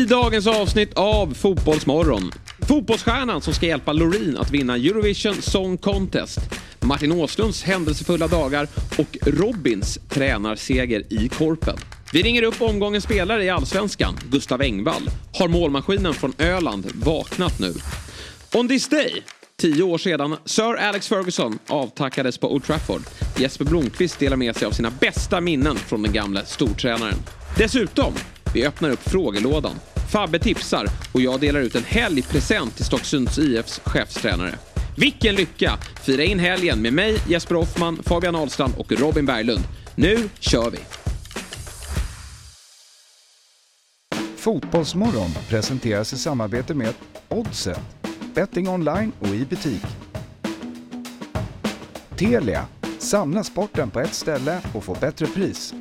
I dagens avsnitt av Fotbollsmorgon. Fotbollsstjärnan som ska hjälpa Loreen att vinna Eurovision Song Contest. Martin Åslunds händelsefulla dagar och Robins tränarseger i Korpen. Vi ringer upp omgångens spelare i Allsvenskan. Gustav Engvall. Har målmaskinen från Öland vaknat nu? On this day, 10 år sedan, Sir Alex Ferguson avtackades på Old Trafford. Jesper Blomqvist delar med sig av sina bästa minnen från den gamla stortränaren. Dessutom, vi öppnar upp frågelådan. Fabbe tipsar och jag delar ut en helgpresent till Stocksunds IFs chefstränare. Vilken lycka! Fira in helgen med mig, Jesper Hoffman, Fabian Ahlstrand och Robin Berglund. Nu kör vi! Fotbollsmorgon presenteras i samarbete med Oddset, betting online och i butik. Telia, samla sporten på ett ställe och få bättre pris.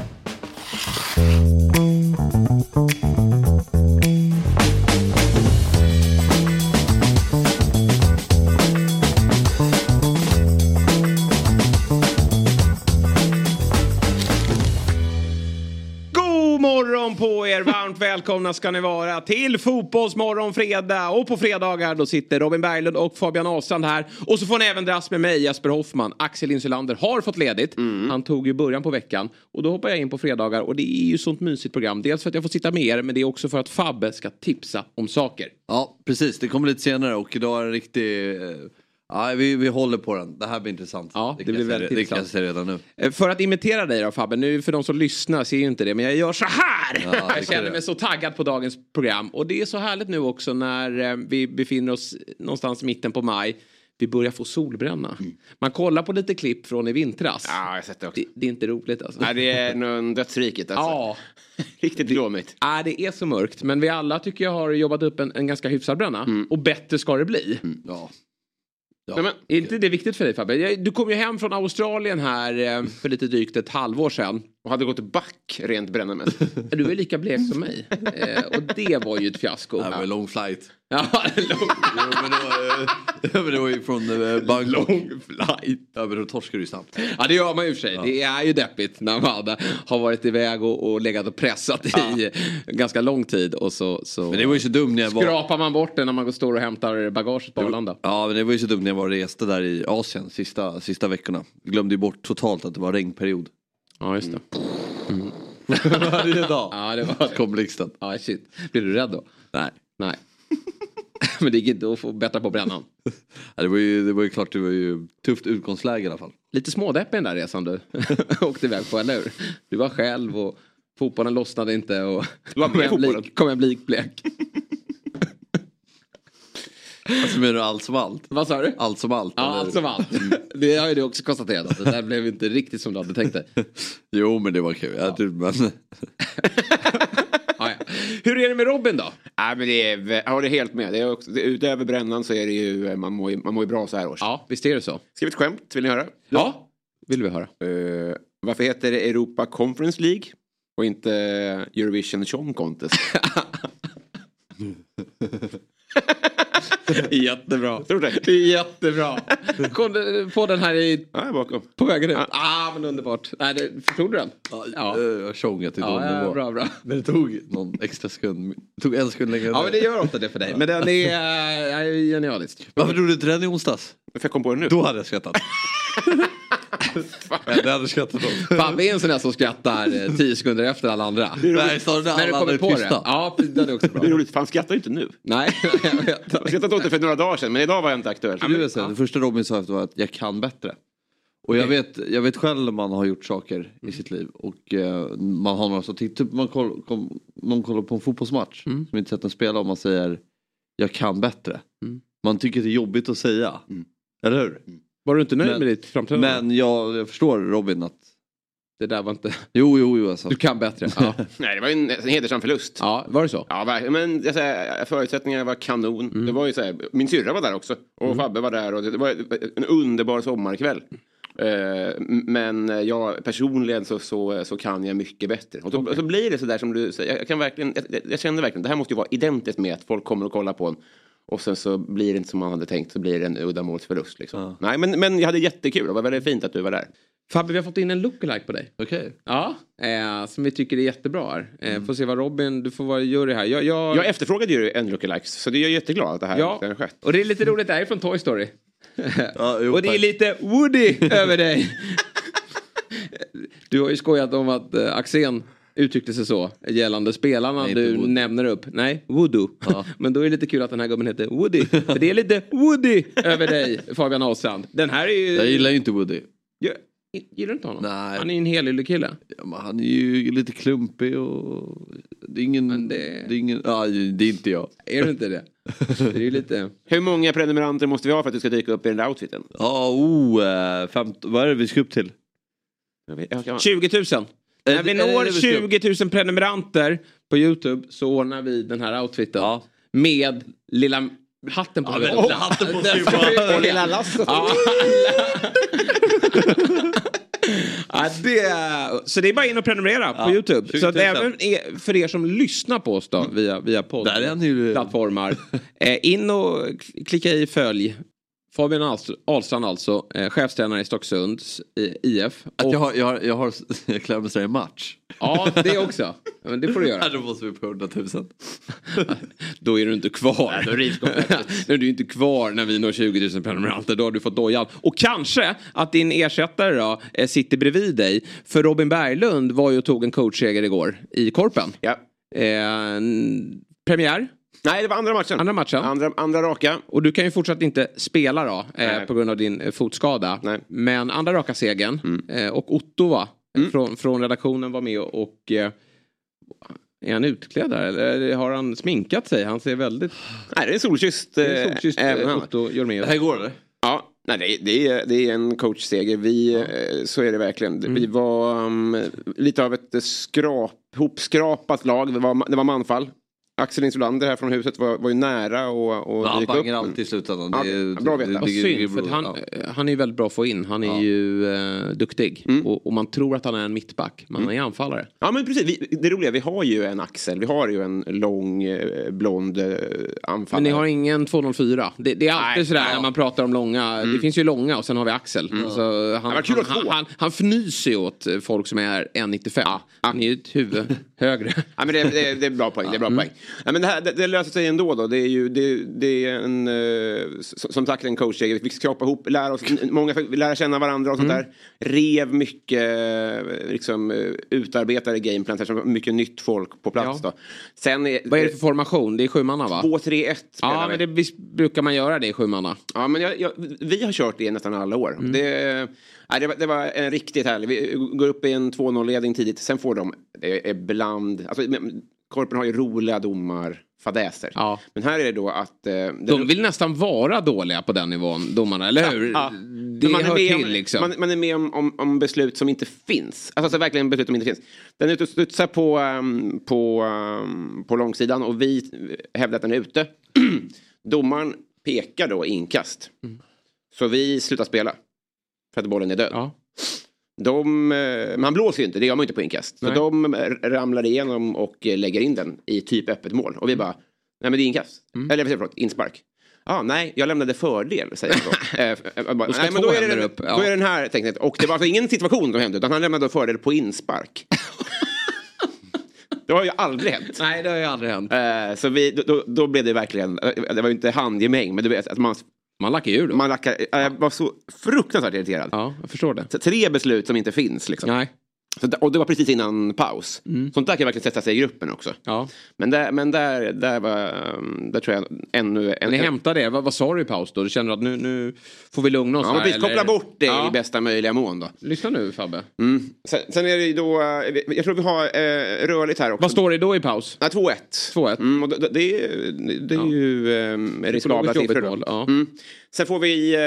På er, varmt välkomna ska ni vara till Fotbollsmorgon fredag. Och på fredagar då sitter Robin Berglund och Fabian Ahlstrand här. Och så får ni även dras med mig, Jesper Hoffman. Axel Insulander har fått ledigt. Han tog ju början på veckan. Och då hoppar jag in på fredagar. Och det är ju sånt mysigt program. Dels för att jag får sitta med er, men det är också för att Fabbe ska tipsa om saker. Ja, precis. Det kommer lite senare och idag är det riktigt... Ja, vi håller på den. Det här blir intressant. Ja, det blir väldigt intressant. Det kan jag säga redan nu. För att imitera dig då, Fabbe. Nu för de som lyssnar ser ju inte det. Men jag gör så här. Ja, jag känner mig så taggad på dagens program. Och det är så härligt nu också när vi befinner oss någonstans i mitten på maj. Vi börjar få solbränna. Man kollar på lite klipp från i vintras. Ja, jag har sett det också. Det är inte roligt alltså. Nej, det är någon dödsriket alltså. Ja. Riktigt glåmigt. Ja, det är så mörkt. Men vi alla tycker jag har jobbat upp en ganska hyfsad bränna. Och bättre ska det bli. Ja. Ja. Nej, men, är inte det viktigt för dig, Fabbe? Du kom ju hem från Australien här för lite drygt ett halvår sedan. Och hade gått back rent brännmässigt. Du är lika blek som mig. Och det var ju ett fiasko. Det var long flight. Ja, men det var ju från Bangkok. Long flight. Ja, men då torskar du ju snabbt. Ja, det gör man ju för sig. Ja. Det är ju deppigt när man har varit iväg och legat och pressat i ganska lång tid. Och så men det var ju så dumt när jag skrapar man bort det när man står och hämtar bagaget på Arlanda. Ja, men det var ju så dumt när jag var och reste där i Asien sista veckorna. Glömde ju bort totalt att det var regnperiod. Ja, just det. Varje dag. Ja, det var det. Kom blixten. Ja, shit. Blir du rädd då? Nej. Men det gick inte att få bättra på brännan. Ja, det var ju klart, det var ju tufft utgångsläge i alla fall. Lite smådepp i den där resan du åkte iväg på, eller hur? Du var själv och fotbollen lossnade inte och kom en likblek. Alltså menar du allt som allt? Vad sa du? Allt som allt. Ja, eller? Allt som allt. Det har ju du också konstaterat att det där blev inte riktigt som du hade tänkt dig. Jo, men det var kul. Ja. Ja. Hur är det med Robin då? Nej, men jag håller helt med. Det är också, utöver brännan så är det ju man mår ju bra så här års. Ja, visst är det så. Skriv ett skämt, vill ni höra? Ja, vill vi höra. Varför heter det Europa Conference League och inte Eurovision Song Contest? Jättebra. Det är jättebra. Kom du på den här bakom. På vägen ut? Men underbart. Nej, förstod du den? Ja. Jag tjongat till någon nivå. Bra. Men det tog någon extra sekund. Det tog en sekund längre. Ja, men det gör ofta det för dig. Men den är genialisk. Varför drog du inte den i onsdags? För jag kom på den nu. Då hade jag skrattat. Det hade skrattat åt. Fan, vi är en sån där som skrattar 10 sekunder efter alla andra. Nej, så när du kommer på det. Ja, det är också bra. Det är roligt, fan skrattar inte nu. Nej, jag vet. Jag skrattat åt det för några dagar sedan, men idag var jag inte aktuell. Det första Robin sa efter var att jag kan bättre. Och jag vet själv när man har gjort saker i sitt liv. Och man har några så typ någon kollar på en fotbollsmatch som inte sett en spela och man säger jag kan bättre. Man tycker det är jobbigt att säga. Eller hur? Var du inte nöjd med ditt framträdande? Men jag förstår Robin att det där var inte... Jo alltså. Du kan bättre. Ja. Nej, det var en hedersam förlust. Ja, var det så? Ja, men jag säger, förutsättningarna var kanon. Det var ju så här, min syrra var där också. Och Fabbe var där. Och det var en underbar sommarkväll. Men jag personligen så kan jag mycket bättre. Och så blir det så där som du säger. Jag känner verkligen, det här måste ju vara identiskt med att folk kommer och kollar på en. Och sen så blir det inte som man hade tänkt. Så blir det en uddamålsförlust liksom. Nej, men jag hade jättekul. Det var väldigt fint att du var där. Fabbe, vi har fått in en lookalike på dig. Okej. Ja, som vi tycker är jättebra här. Får se vad Robin, du får vara jury här. Jag efterfrågade ju en lookalike, så det är jag jätteglad att det här har skett. Och det är lite roligt, det här är från Toy Story. Och det är lite Woody över dig. Du har ju skojat om att Axén uttryckte sig så gällande spelarna. Nej, du Woody nämner upp. Nej, Voodoo. Ja. Men då är det lite kul att den här gubben heter Woody. För det är lite Woody över dig, Fabian Ahlstrand. Den här är ju... Jag gillar ju inte Woody. Gillar du inte honom? Nej. Han är en helig kille. Ja, men han är ju lite klumpig och... Det är ingen... Det är ingen... Ja, det är inte jag. Är du inte det? Det är ju lite... Hur många prenumeranter måste vi ha för att du ska dyka upp i den där outfiten? Ja, 15... Vad är det vi ska upp till? 20 000. När vi når 20 000 prenumeranter på YouTube så ordnar vi den här outfiten. Ja. Med lilla hatten på huvudet. Hatten på och lilla lasset. Så det är bara in och prenumerera på YouTube. Så att även för er som lyssnar på oss då via poddplattformar. In och klicka i följ. Fabian Ahlstrand alltså, chefstränare i Stocksunds IF. Att jag klarar mig i match. Ja, det också. Men det får du göra. Då måste vi på 100 000. Då är du inte kvar. Nej, då är du inte kvar när vi når 20 000 prenumeranter. Då har du fått dojan. Och kanske att din ersättare då sitter bredvid dig. För Robin Berglund var ju och tog en coachseger igår i Korpen. Ja. Premiär. Nej, det var andra matchen. Andra raka. Och du kan ju fortsatt inte spela då på grund av din fotskada. Nej. Men andra raka segern. Och Otto va? Från redaktionen var med och är han utklädd där? Eller har han sminkat sig? Han ser väldigt... Nej, det är solkysst. Otto gör med. Det här går eller? Ja, nej, det är en coachseger. Så är det verkligen. Vi var lite av ett hopskrapat lag. Det var manfall. Axel Insulander här från huset var ju nära och han bangar alltid i slutändan. Bra veta. Och synd, för han är ju väldigt bra att få in. Han är ju duktig. Och man tror att han är en mittback. Men han är anfallare. Ja, men precis. Det roliga, vi har ju en Axel. Vi har ju en lång, blond anfallare. Men ni har ingen 204. Det är alltid sådär när man pratar om långa. Det finns ju långa och sen har vi Axel. Så han fnyser ju åt folk som är 1,95. Han är ju ett huvud högre. Ja, men det är bra poäng. Det är bra poäng. Ja, men det löser sig ändå då. Det är en som sagt en coach. Vi skrapa ihop, lära känna varandra och sånt där. Rev mycket liksom utarbetade gameplan, så mycket nytt folk på plats då. Sen vad är det för formation? Det är 7-manna va? 2-3-1. Ja, men det brukar man göra det i 7-manna. Ja, men vi har kört det nästan alla år. Det var en riktigt härlig. Vi går upp i en 2-0-ledning tidigt. Sen får de ibland... Alltså, Korpen har ju roliga fadäser. Ja. Men här är det då att... de vill nästan vara dåliga på den nivån, domarna, eller hur? Ja. Det man hör till liksom. Man är med om beslut som inte finns. Alltså verkligen beslut som inte finns. Den är ute och studsar på långsidan och vi hävdar att den är ute. Domaren pekar då inkast. Så vi slutar spela. För att bollen är död. Ja. Man blåser ju inte, det gör man inte på inkast. Så de ramlar igenom och lägger in den i typ öppet mål. Och vi bara, nej men det är inkast. Eller förlåt, inspark. Nej, jag lämnade fördel, säger jag då. Nej, men då är det den här tecknet. Och det var alltså ingen situation som hände, utan han lämnade fördel på inspark. Det har ju aldrig hänt. Nej, det har ju aldrig hänt. Så då blev det verkligen, det var ju inte handgemäng, men du vet att man lackar ur då. Jag var så fruktansvärt irriterad. Ja, jag förstår det. 3 beslut som inte finns liksom. Nej. Och det var precis innan paus. Sånt där kan verkligen sätta sig i gruppen också. Ja. Men där tror jag ännu... Ni hämtade det. Vad sa du i paus då? Du känner att nu får vi lugna oss här? Ja, koppla bort det i bästa möjliga mån då. Lyssna nu, Fabbe. Sen är det ju då... Jag tror vi har rörligt här också. Vad står det då i paus? 2-1. 2-1. Och det är ju riskabla siffror då. Ja. Sen får vi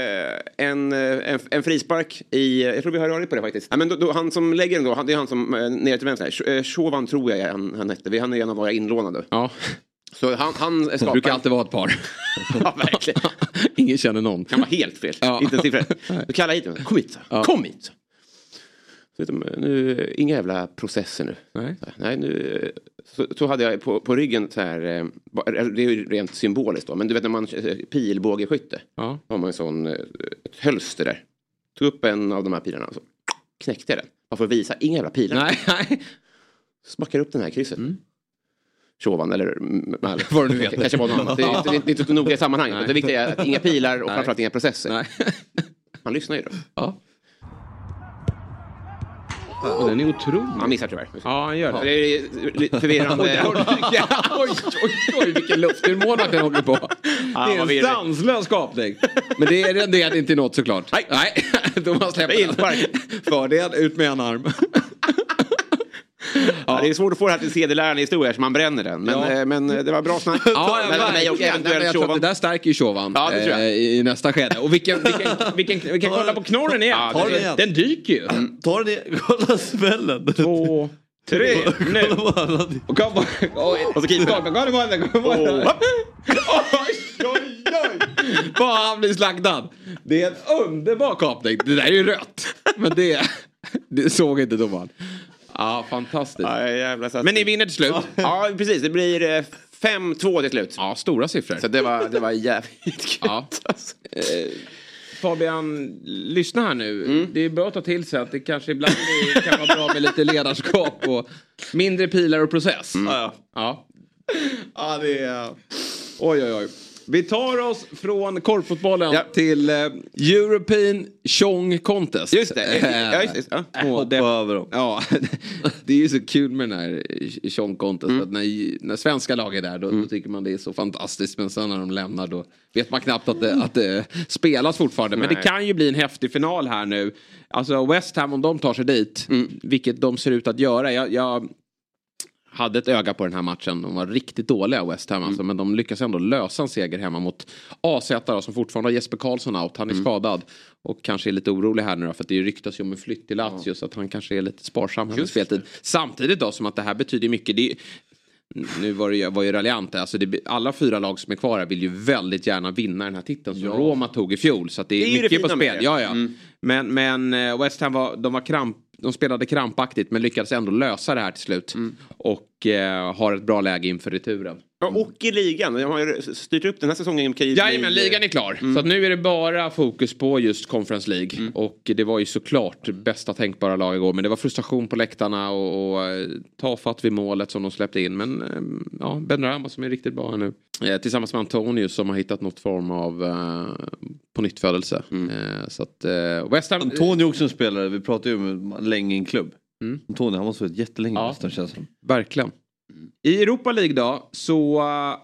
en frispark i... Jag tror vi har rörligt på det faktiskt. Ja, men då, han som lägger den då, det är han som ner till vänster. Chauvin tror jag han hette. Han är en av våra inlånade. Ja. Så han skapar... Det brukar alltid vara ett par. Ja, verkligen. Ingen känner någon. Kan vara helt fel. Ja. Inte siffror. Du kallar hit honom. Kom hit. Ja. Kom hit. Så, nu, inga jävla processer nu. Nej, nu... Så hade jag på ryggen så här, det är ju rent symboliskt då, men du vet när man pilbågeskytte, har man en sån ett hölster där. Tog upp en av de här pilarna, så knäckte jag den. Man får visa inga jävla pilar. Nej. Smackar upp den här krysset. Tjovan eller vad du vet. Kanske var något annat. Det är inte så noga i sammanhanget. Men det viktiga är att inga pilar och framförallt inga processer. Nej. Man lyssnar ju då. Ja. Och den är otrolig. Han missar tyvärr. Ja, han gör det. Det är lite förvirrande. Oj, vilken luftnivå man kan hålla på. Det är en stanslös skapning. Men det är inte något såklart. Nej. Då man släpper fördel ut med en arm. Ja, det är svårt att få det här till sedelärande historia så man bränner den. Men det var bra snack. Jag tror att det där stärker ju Tjovan i nästa skede. Och vi kan kolla på knorren igen. Den dyker ju. Ta den igen. Kolla smällen. 2, 3. Nu. Och kom. Och så kickar. Vad han blir slaktad. Det är en underbar kapning. Det där är ju rött. Men det såg inte domaren. Ja, fantastiskt. Ja, men ni vinner till slut. Ja, precis. Det blir 5-2 till slut. Ja, stora siffror. Så det var jävligt kul. Ja. Fabian, lyssna här nu. Det är bra att ta till sig att det kanske ibland kan vara bra med lite ledarskap och mindre pilar och process. Ja, det är... Oj. Vi tar oss från korpfotbollen till European Song Contest. Just det. Hoppa över dem. Ja, det är ju så kul med den här Song Contest. Att när svenska lag är där då tycker man det är så fantastiskt. Men sen när de lämnar då vet man knappt att det spelas fortfarande. Men det kan ju bli en häftig final här nu. Alltså West Ham, om de tar sig dit, vilket de ser ut att göra. Jag hade ett öga på den här matchen. De var riktigt dåliga West Ham alltså, men de lyckas ändå lösa en seger hemma mot AZ som fortfarande har Jesper Karlsson out. Han är skadad och kanske är lite orolig här nu då, för att det ryktas ju om en flytt till Lazio så att han kanske är lite sparsam här med speltid. Samtidigt då som att det här betyder mycket. Nu var ju raljant alltså alla 4 lag som är kvar här vill ju väldigt gärna vinna den här titeln som Roma tog i fjol, så att det är mycket på spel. Men West Ham de spelade krampaktigt men lyckades ändå lösa det här till slut och har ett bra läge inför returen. Ja, och i ligan. De har ju styrt upp den här säsongen. Men ligan är klar. Så att nu är det bara fokus på just Conference League. Och det var ju såklart bästa tänkbara lag igår. Men det var frustration på läktarna och tafatt vid målet som de släppte in. Men Ben Rama som är riktigt bra här nu. Tillsammans med Antonius som har hittat något form av på nytt födelse. Så att West Ham... Antonio också en spelare. Vi pratade ju om länge i en klubb. Antonio, han måste varit jättelänge nästan, känns som. Verkligen. I Europa League då så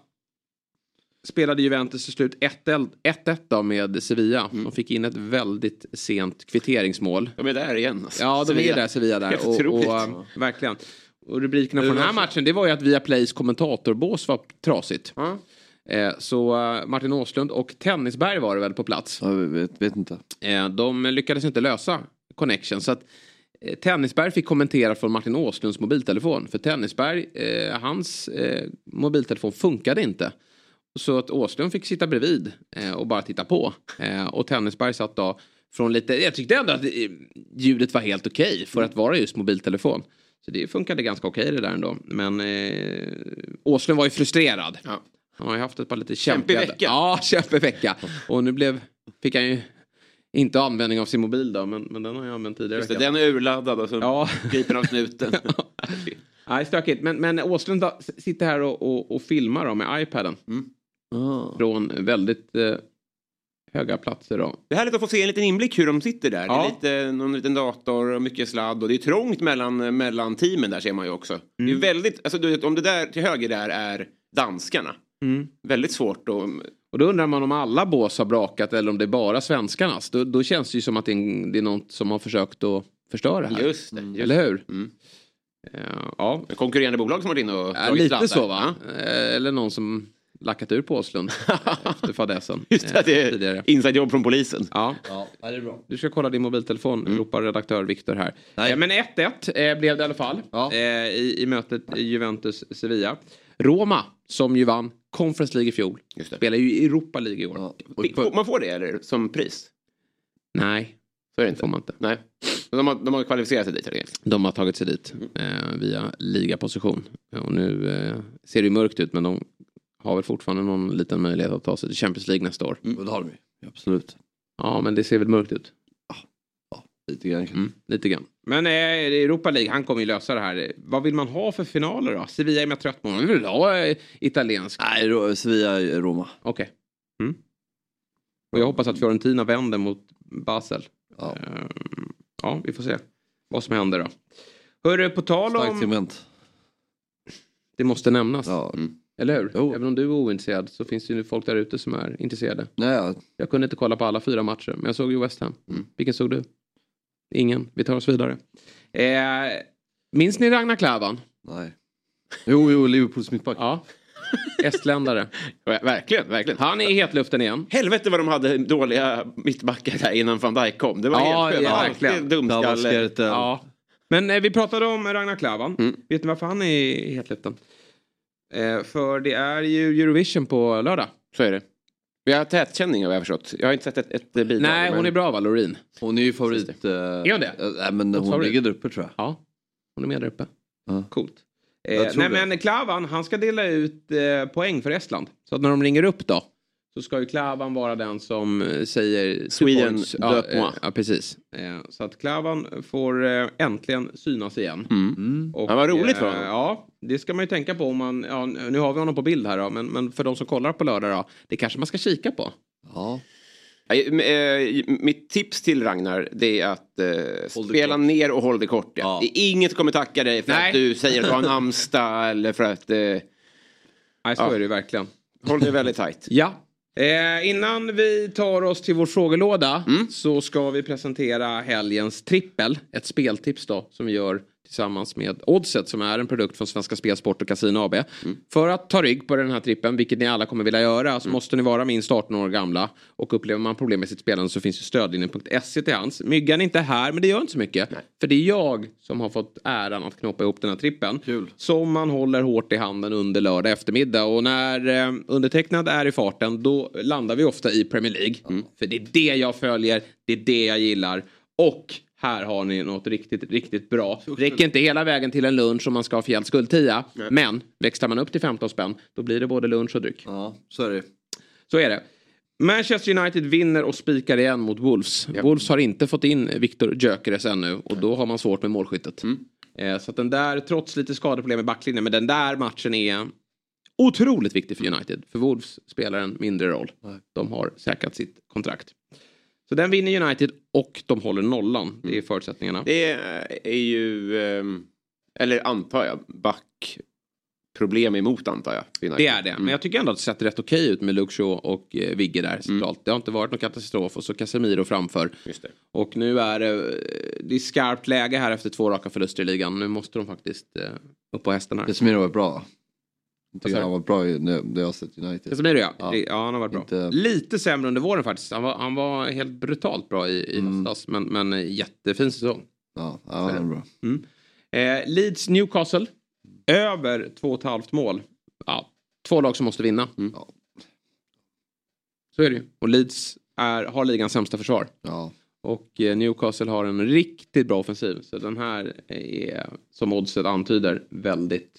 spelade Juventus till slut 1-1 då med Sevilla. De fick in ett väldigt sent kvitteringsmål. De är där igen. Alltså. Ja, de är där, Sevilla där. Och verkligen. Och rubrikerna från den här matchen, det var ju att Viaplays kommentatorbås var trasigt. Så Martin Åslund och Tennisberg var det väl på plats. Jag vet inte. De lyckades inte lösa connection, så att Tennisberg fick kommentera från Martin Åslunds mobiltelefon. För Tennisberg, hans mobiltelefon funkade inte. Så att Åslund fick sitta bredvid och bara titta på. Och Tennisberg satt då från lite... Jag tyckte ändå att ljudet var helt okej för att vara just mobiltelefon. Så det funkade ganska okej det där ändå. Men Åslund var ju frustrerad. Ja. Han har ju haft ett par lite kämpiga vecka. Ja, kämpig vecka. Och nu fick han ju inte användning av sin mobil då, men den har jag använt tidigare. Just det, den är urladdad och så gripen av snuten. Nej, stökigt. Men Åslund sitter här och filmar då med iPaden. Från väldigt höga platser då. Det är härligt att få se en liten inblick hur de sitter där. Ja. Det är någon liten dator och mycket sladd. Och det är trångt mellan teamen där, ser man ju också. Det är väldigt, alltså, om det där till höger där är danskarna. Väldigt svårt att... Och då undrar man om alla bås har brakat eller om det är bara svenskarnas. Då känns det ju som att det är något som har försökt att förstöra här. Just det. Eller hur? Ja. Konkurrerande bolag som har varit inne och lite så va? Eller någon som lackat ur på Åslund efter fadäsen. Just det, det är inside-jobb från polisen. Ja, det är bra. Du ska kolla din mobiltelefon, ropar redaktör Viktor här. Men 1-1 blev det i alla fall i mötet Juventus-Sevilla. Roma, som ju vann Conference League i fjol, spelar ju i Europa League i år. Man får det eller som pris? Nej, så är det inte. Får man inte. Nej. De har kvalificerat sig dit eller? De har tagit sig dit via ligaposition. Och nu ser det ju mörkt ut, men de har väl fortfarande någon liten möjlighet att ta sig till Champions League nästa år. Det har de ju, absolut. Ja, men det ser väl mörkt ut. Lite grann. Lite grann. Men Europa League, han kommer ju lösa det här. Vad vill man ha för finaler då? Sevilla är med trött på. Man vill ha italiensk. Nej, Sevilla är Roma. Okej. Och jag hoppas att Fiorentina vänder mot Basel. Ja. Ja, vi får se vad som händer då. Hörru, på tal om... Starkt segment. Det måste nämnas. Ja. Eller hur? Jo. Även om du är ointresserad så finns det ju folk där ute som är intresserade. Nej, Jag kunde inte kolla på alla 4 matcher, men jag såg ju West Ham. Vilken såg du? Ingen. Vi tar oss vidare. Minns ni Ragnar Klavan? Nej. Jo, Liverpools mittback. Ja. Estländare. Verkligen. Han är i hetluften igen. Helvete vad de hade dåliga mittbackar där innan Van Dijk kom. Det var helt skönt. Verkligen. Dumskalle. Ja. Men vi pratade om Ragnar Klavan. Vet ni varför han är i hetluften? För det är ju Eurovision på lördag. Så är det. Vi har tätkänningar, vad jag har förstått. Jag har inte sett ett bidrag. Nej, hon är bra, va, Loreen? Hon är ju favorit. Är hon det? Nej, men hon ligger där uppe, tror jag. Ja, hon är med där uppe. Ja. Coolt. Men Klavan, han ska dela ut poäng för Estland. Så att när de ringer upp då, så ska ju Klavan vara den som säger... Sweden, ja, precis. Så att Klavan får äntligen synas igen. Och, ja, vad roligt för honom. Ja, det ska man ju tänka på om man... Ja, nu har vi honom på bild här då, men för de som kollar på lördag då, det kanske man ska kika på. Ja. Mitt tips till Ragnar, det är att spela ner och håll det kort. Ja. Det är inget kommer tacka dig för att du säger att du har en Amsta eller för att... Nej, så är det verkligen. Håll det väldigt tajt. Ja. Innan vi tar oss till vår frågelåda så ska vi presentera helgens trippel. Ett speltips då som vi gör tillsammans med Oddset som är en produkt från Svenska Spelsport och Casino AB. För att ta rygg på den här trippen, vilket ni alla kommer vilja göra, så måste ni vara minst 18 år gamla. Och upplever man problem med sitt spelande så finns ju stödlinjen.se till hands. Myggan är inte här, men det gör inte så mycket. Nej. För det är jag som har fått äran att knoppa ihop den här trippen. Kul. Som man håller hårt i handen under lördag eftermiddag. Och när undertecknad är i farten, då landar vi ofta i Premier League. För det är det jag följer, det är det jag gillar. Och här har ni något riktigt, riktigt bra. Räcker inte hela vägen till en lunch om man ska ha fjällt skuldtia. Men växlar man upp till 15 spänn, då blir det både lunch och dryck. Ja, så är det. Så är det. Manchester United vinner och spikar igen mot Wolves. Ja. Wolves har inte fått in Victor Gyökeres ännu. Och då har man svårt med målskyttet. Så att den där, trots lite skadeproblem i backlinjen, men den där matchen är otroligt viktig för United. För Wolves spelar en mindre roll. De har säkrat sitt kontrakt. Så den vinner United och de håller nollan. Det är förutsättningarna. Det är ju, eller antar jag, backproblem emot antar jag. United. Det är det. Men jag tycker ändå att det sett rätt okej ut med Luke Shaw och Vigge där. Det har inte varit någon katastrof. Och så Casemiro framför. Just det. Och nu är det är skarpt läge här efter 2 raka förluster i ligan. Nu måste de faktiskt upp på hästen här. Casemiro var bra. Jag tycker han var bra när jag har sett United. Casemiro, ja, han har varit bra. Lite sämre under våren faktiskt. Han var helt brutalt bra i höstas. Men jättefin säsong. Ja, han var bra. Leeds Newcastle. Över 2,5 mål. Ja, 2 lag som måste vinna. Ja. Så är det ju. Och Leeds har ligans sämsta försvar. Ja. Och Newcastle har en riktigt bra offensiv. Så den här är, som oddset antyder, väldigt...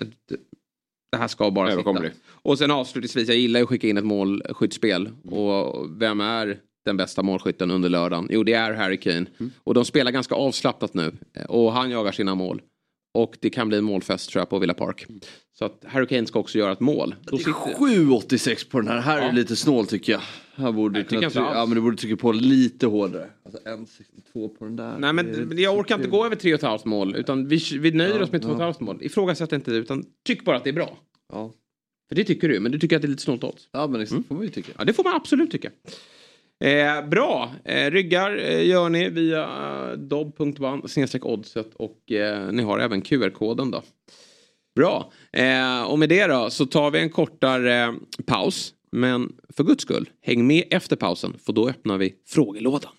det här ska bara sitta. Och sen avslutningsvis, jag gillar att skicka in ett målskyttspel. Och vem är den bästa målskytten under lördagen? Jo, det är Harry Kane. Och de spelar ganska avslappnat nu. Och han jagar sina mål. Och det kan bli en målfest tror jag på Villa Park. Så att Harry Kane ska också göra ett mål. Det är 7,86 på den här. Här är lite snål tycker jag. Här borde men du borde trycka på lite hårdare. Alltså 1,62 på den där. Nej, men jag orkar inte gå över 3,5 mål. Utan vi nöjer oss med 2,5 mål. Ifrågasätt inte det, utan tyck bara att det är bra. Ja. För det tycker du, men du tycker att det är lite snålt odds. Ja, men det får man ju tycka. Ja, det får man absolut tycka. Bra. Ryggar gör ni via dobb.1/oddset och ni har även QR-koden då. Bra. Och med det då så tar vi en kortare paus. Men för guds skull, häng med efter pausen för då öppnar vi frågelådan.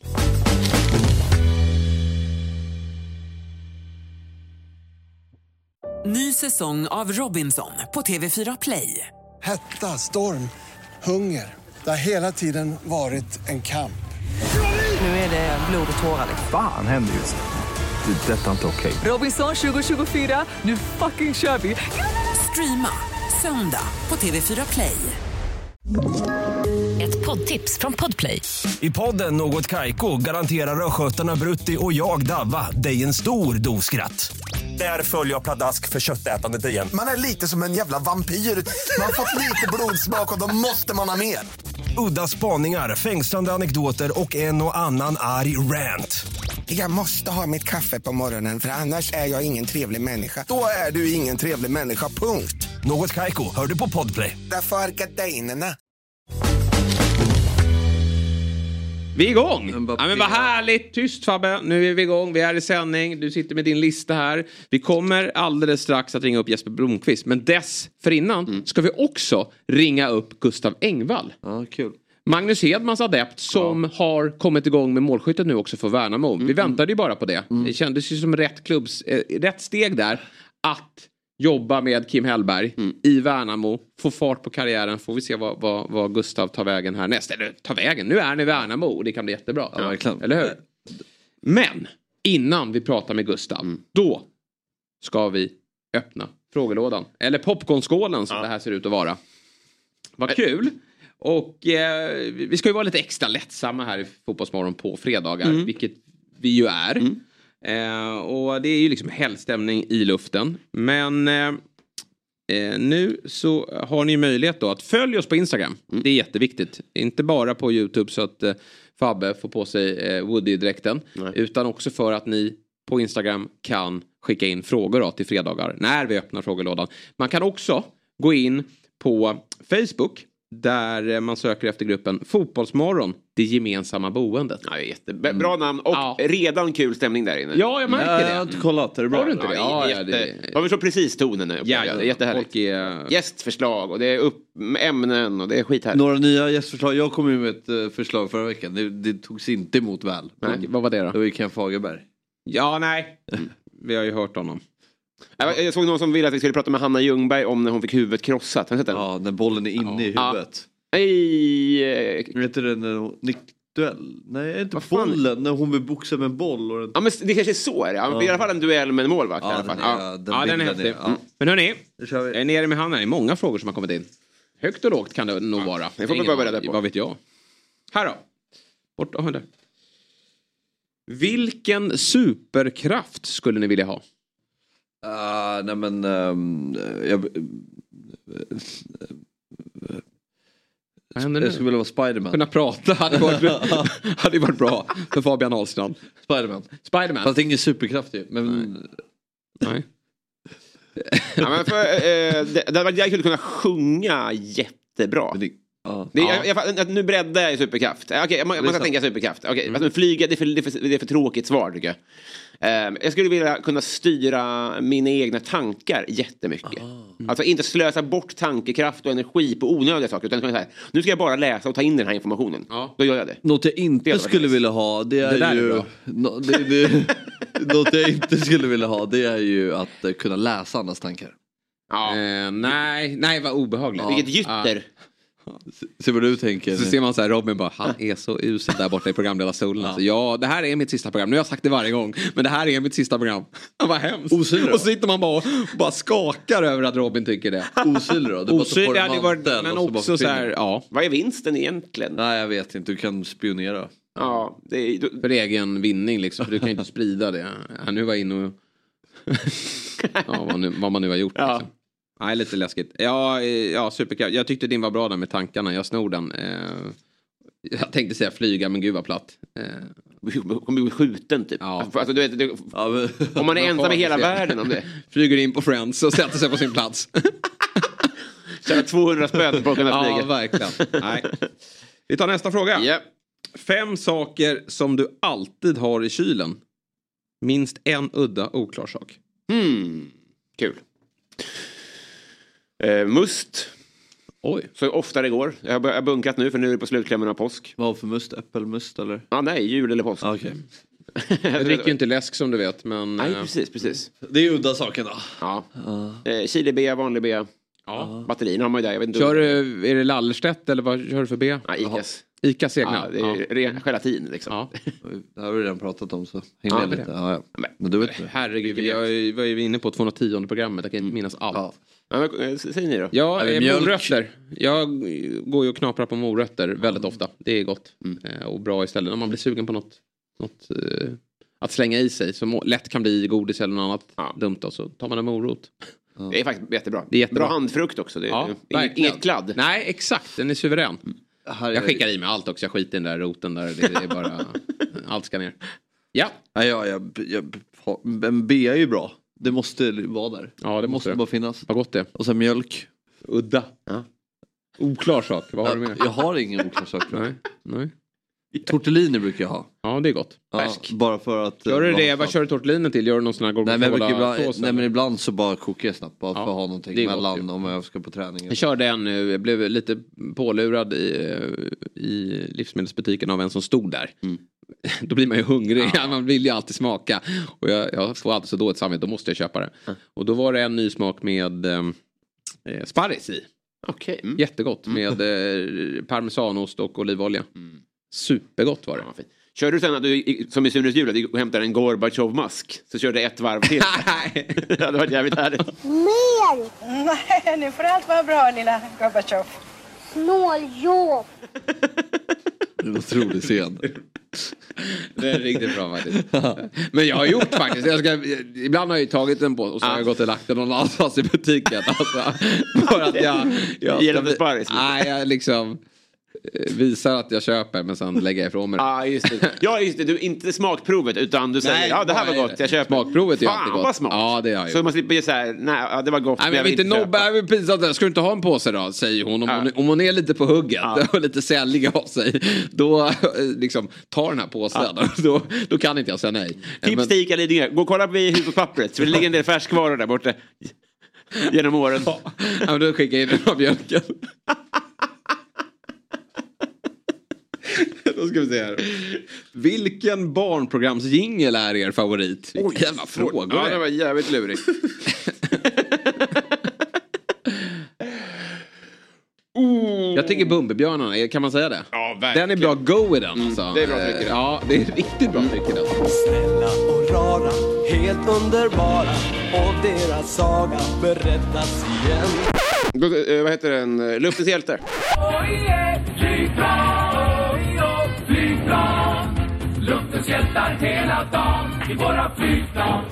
Ny säsong av Robinson på TV4 Play. Hetta, storm, hunger. Det har hela tiden varit en kamp. Nu är det blod och tårar. Fan händer just det. Det är detta inte okej. Robinson 2024, nu fucking kör vi. Streama söndag på TV4 Play. Ett poddtips från Podplay. I podden Något Kaiko garanterar röskötarna Brutti och jag Davva dig en stor doskratt. Där följer jag pladask för köttätandet igen. Man är lite som en jävla vampyr. Man har fått lite blodsmak och då måste man ha mer. Udda spaningar, fängslande anekdoter och en och annan arg rant. Jag måste ha mitt kaffe på morgonen för annars är jag ingen trevlig människa. Då är du ingen trevlig människa, punkt. Något Kaiko, hör du på Podplay. Därför är gardinerna. Vi är igång! Ja, men vad härligt! Tyst Fabbe, nu är vi igång, vi är i sändning. Du sitter med din lista här. Vi kommer alldeles strax att ringa upp Jesper Blomqvist. Men dessförinnan ska vi också ringa upp Gustav Engvall. Ja, kul. Magnus Hedmans adept som har kommit igång med målskyttet nu också för Värnamo. Vi väntade ju bara på det. Det kändes ju som rätt steg där att jobba med Kim Hellberg i Värnamo. Få fart på karriären. Får vi se vad Gustav tar vägen här näst. Eller tar vägen. Nu är ni i Värnamo och det kan bli jättebra. Ja, verkligen. Eller hur? Men innan vi pratar med Gustav. Då ska vi öppna frågelådan. Eller popcornskålen som det här ser ut att vara. Vad kul. Och vi ska ju vara lite extra lättsamma här i Fotbollsmorgon på fredagar. Vilket vi ju är. Och det är ju liksom helgstämning i luften. Men nu så har ni möjlighet då att följa oss på Instagram. Det är jätteviktigt. Inte bara på YouTube så att Fabbe får på sig Woody-dräkten. Utan också för att ni på Instagram kan skicka in frågor då till fredagar. När vi öppnar frågelådan. Man kan också gå in på Facebook. Där man söker efter gruppen Fotbollsmorgon, det gemensamma boendet. Ja, bra namn och redan kul stämning där inne. Ja, jag märker det. Jag har inte kollat, är det bra? Har du inte det? Ja, det var väl så precis tonen nu. Ja, det är jättehärligt. Gästförslag och det är upp med ämnen och det är skithärligt. Några nya gästförslag. Jag kom ju med ett förslag förra veckan. Det togs inte emot väl. Vad var det då? Det var ju Ken Fagerberg. Ja, nej. Vi har ju hört honom. Jag såg någon som ville att vi skulle prata med Hanna Ljungberg om när hon fick huvudet krossat. Ja, när bollen är inne i huvudet. Vet du det när hon... Duell? Nej, inte bollen. När hon vill boxa med en boll. Och Ja, men det kanske är så. I alla fall en duell med en målvakt. Den är häftig. Men hörni, jag är nere med Hanna. Det är många frågor som har kommit in. Högt och lågt kan det nog vara. Det får vi bara beredda på. Vad vet jag. Här då. Borta, där. Vilken superkraft skulle ni vilja ha? Nej men jag skulle vilja vara Spiderman. Kunna prata hade varit bra för Fabian Ahlstrand. Spiderman. Fast ingen superkraft ju. Men... Nej. Ja, men jag skulle kunna sjunga jättebra. Nu breddar jag i superkraft. Okej, man ska tänka superkraft. Okej, flyga, det är för tråkigt svar tycker jag. Jag skulle vilja kunna styra mina egna tankar jättemycket. Alltså inte slösa bort tankekraft och energi på onödiga saker. Utan säga, nu ska jag bara läsa och ta in den här informationen. Då gör jag det. Något jag inte skulle vilja ha, det är ju... Något jag inte skulle vilja ha, det är ju att kunna läsa andras tankar. Nej, vad obehagligt. Vilket gytter. Se vad du tänker. Så ser man så här, Robin bara, han är så usel där borta i programledarstolen. Alltså, det här är mitt sista program. Nu har jag sagt det varje gång. Men det här är mitt sista program. Vad hemskt. Och så sitter man bara skakar över att Robin tycker det. Osynlig då? Du men också så här, vad är vinsten egentligen? Nej, jag vet inte. Du kan spionera. Ja, för egen vinning liksom. För du kan inte sprida det. Nu var in och... vad man nu har gjort liksom. Nej, lite läskigt. Ja, superkraft. Jag tyckte din var bra där med tankarna. Jag snor den. Jag tänkte säga flyga, men gud vad platt. Kommer bli skjuten typ. Alltså, du vet, om man är ensam i hela världen om det. Flyger in på Friends och sätter sig på sin plats. Tjänar 200 spänn på att kunna flyga. Ja, verkligen. Nej. Vi tar nästa fråga. 5 saker som du alltid har i kylen. Minst en udda oklar sak. Kul. Must. Oj. Så ofta det går. Jag har bunkrat nu för nu är det på slutklämmen av påsk. Vad för must? Äppelmust eller? Nej, jul eller påsk. Okej. Jag dricker ju inte läsk som du vet. Men, nej, precis. Det är udda saken då. Ja. Chilibea, vanlig bea. Ja. Batterierna har man ju där. Jag vet inte Är det Lallerstedt eller vad kör du för B? Ja, Icas. Icas egna? Ja, det är ren gelatin liksom. Ja. Det har vi redan pratat om så häng med lite. Ja. Men du vet det. Herregud, jag var ju inne på 210 programmet. Jag kan inte minnas allt. Ja. Ja, men, säg ni då. Ja, morötter. Jag går ju och knaprar på morötter väldigt ofta. Det är gott. Och bra istället. Om man blir sugen på något att slänga i sig. Som lätt kan bli godis eller något annat dumt. Och så tar man en morot. Det är faktiskt jättebra. Det är jättebra. Bra handfrukt också. Det är inget kladd. Nej, exakt. Den är suverän. Jag skickar i mig allt också. Jag skiter i den där roten där. Det är bara... allt ska ner. Ja. En B är ju bra. Det måste vara där. Ja, det måste bara finnas. Vad gott det. Och sen mjölk. Udda. Ja. Oklar sak. Vad har du med? Jag har ingen oklar sak. Nej. Tortellini brukar jag ha. Ja, det är gott. Färsk. Bara för att... Gör du det? Vad kör du tortellini till? Gör du någon sån här gorgonzola-sås? Nej, men ibland så bara kokar jag snabbt. Bara för att ha någonting mellan om jag ska på träning. Jag körde en nu. Jag blev lite pålurad i livsmedelsbutiken av en som stod där. Då blir man ju hungrig. Ja. Man vill ju alltid smaka. Och jag får alltid så dåligt samvete. Då måste jag köpa det. Och då var det en ny smak med sparris i. Okej. Jättegott. Med parmesanost och olivolja. Supergott var det. Ja, kör du sen att du, som i Sunes jul, du hämtar en Gorbachev-mask så kör du ett varv till? Det hade varit jävligt härligt. Mer! Nej, nu får allt vara bra, lilla Gorbachev. Snåljåp! Det är otroligt scen. Det är riktigt bra faktiskt. Men jag har gjort faktiskt. Ibland har jag ju tagit den på och så har jag gått och lagt den någon annanstans i butiken. Alltså, för att jag gillar det sparris. Nej, jag liksom... visar att jag köper men sen lägger jag ifrån mig det. Just det. Du inte smakprovet utan du säger det här var gott, jag köper. Smakprovet är alltid gott. Vad smart. Ja, det har jag. Så man slipper ju säga det var gott. Nej, men jag vill inte nobba, jag vill pinsamt. Ska du inte ha en påse då, säger hon. Om hon är lite på hugget och lite sällig av sig, då liksom tar den här påsen. Då kan inte jag säga nej. Tips till Ica Lidingö. Gå och kolla vid huspappret. Så det ligger en del färskvaror där borta genom åren. Ja, men då skickar jag in den av mjölken. Då ska vi se här. Vilken barnprogramsjingel är er favorit? Vilka jävla frågor. Ja, det var jävligt lurigt. Jag tycker Bumbibjörnarna, kan man säga det? Ja, verkligen. Den är bra, go i den alltså. Det är bra tryck i den. Ja, det är riktigt bra tryck i den. Snälla och rara, helt underbara, och deras saga berättas igen. Vad heter den? Luftens hjältar. Flygplan. Luftens hjältar hela dagen i våra flygplan.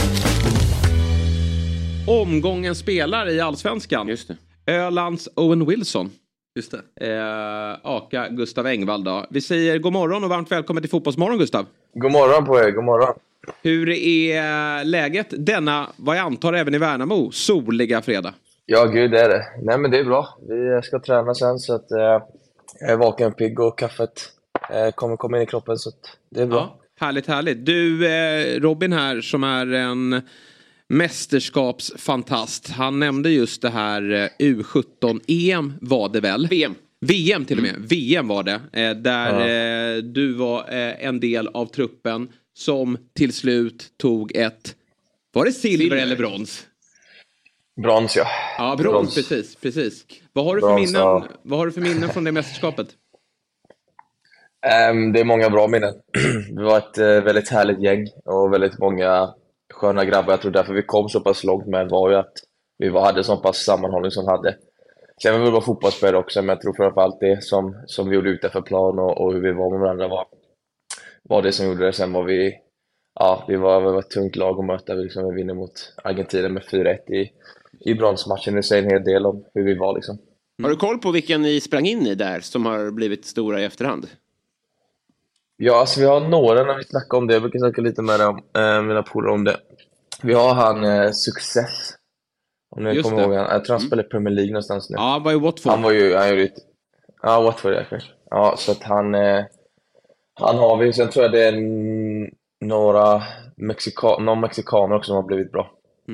Omgången spelar i Allsvenskan. Just det. Ölands Owen Wilson. Just det. Aka Gustav Engvall då. Vi säger god morgon och varmt välkommen till Fotbollsmorgon, Gustav. God morgon på er, god morgon. Hur är läget denna, vad jag antar även i Värnamo, soliga fredag? Ja, gud det är det. Nej, men det är bra. Vi ska träna sen så att jag är vaken, pigg och kaffet kommer komma in i kroppen så att det är bra. Ja, härligt. Du, Robin här som är en mästerskapsfantast. Han nämnde just det här U17-EM var det väl? VM till och med. VM var det. Där du var en del av truppen som till slut tog ett... Var det silver eller brons? Brons, ja. Ja, brons. Precis. Vad har du för minnen från det mästerskapet? Det är många bra minnen. Det var ett väldigt härligt gäng och väldigt många sköna grabbar. Jag tror därför vi kom så pass långt med var ju att vi hade så pass sammanhållning som hade. Sen var vi bara fotbollsspelare också, men jag tror framförallt det som vi gjorde utanför plan och hur vi var med varandra var det som gjorde det. Sen var vi var ett tungt lag att möta. Vi vinner mot Argentina med 4-1 i bronsmatchen. Det säger en hel del om hur vi var liksom. Har du koll på vilken ni sprang in i där som har blivit stora i efterhand? Ja, alltså vi har några när vi snackar om det. Jag brukar snacka lite med mina polare om det. Vi har han Success. Om ni kommer ihåg han. Jag tror han spelar i Premier League någonstans nu. Ja, han var ju Watford. Han gjorde ett... Ja, Watford kanske. Ja, så att han har vi. Sen tror jag det är några mexikaner också som har blivit bra.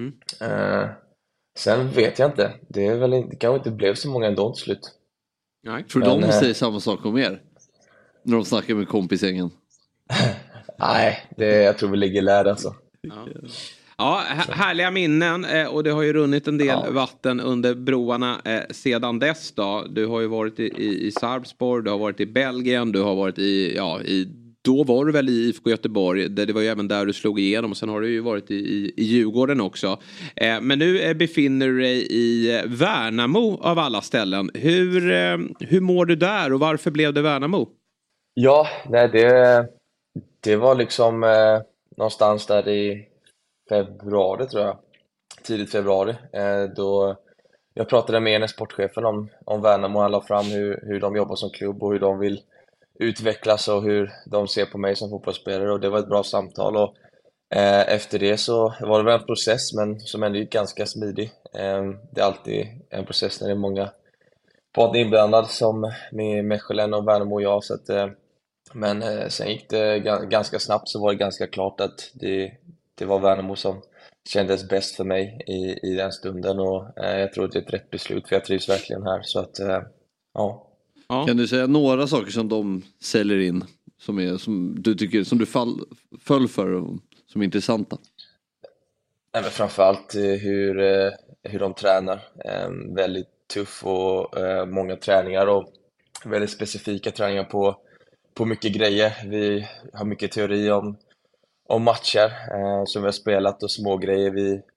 Sen vet jag inte. Det kanske inte blev så många ändå till slut. Nej. För de säger samma sak om er. När de snackar med kompisgängen. Nej, jag tror vi ligger lärda alltså. Ja. Ja, härliga minnen och det har ju runnit en del vatten under broarna sedan dess då. Du har ju varit i Sarpsborg, du har varit i Belgien, du har varit då var du väl i IFK Göteborg, det var ju även där du slog igenom, och sen har du ju varit i Djurgården också. Men nu befinner du dig i Värnamo av alla ställen. Hur mår du där och varför blev det Värnamo? Ja, nej, det var liksom någonstans där i februari tror jag, tidigt februari, då jag pratade med en sportchefen om Värnamo. Han la fram hur de jobbar som klubb och hur de vill utvecklas och hur de ser på mig som fotbollsspelare, och det var ett bra samtal. Och efter det så var det väl en process, men som ändå gick ganska smidig. Det är alltid en process när det är många parter inblandade, som med Mechelen och Värnamo och jag, så att, men sen gick det ganska snabbt, så var det ganska klart att det var Värnamo som kändes bäst för mig i den stunden, och jag tror det är ett rätt beslut, för jag trivs verkligen här, så att ja. Kan du säga några saker som de säljer in som du tycker, som du föll för och som är intressanta? Men framförallt hur de tränar. Väldigt tuff och många träningar och väldigt specifika träningar på mycket grejer. Vi har mycket teori om matcher som vi har spelat och små grejer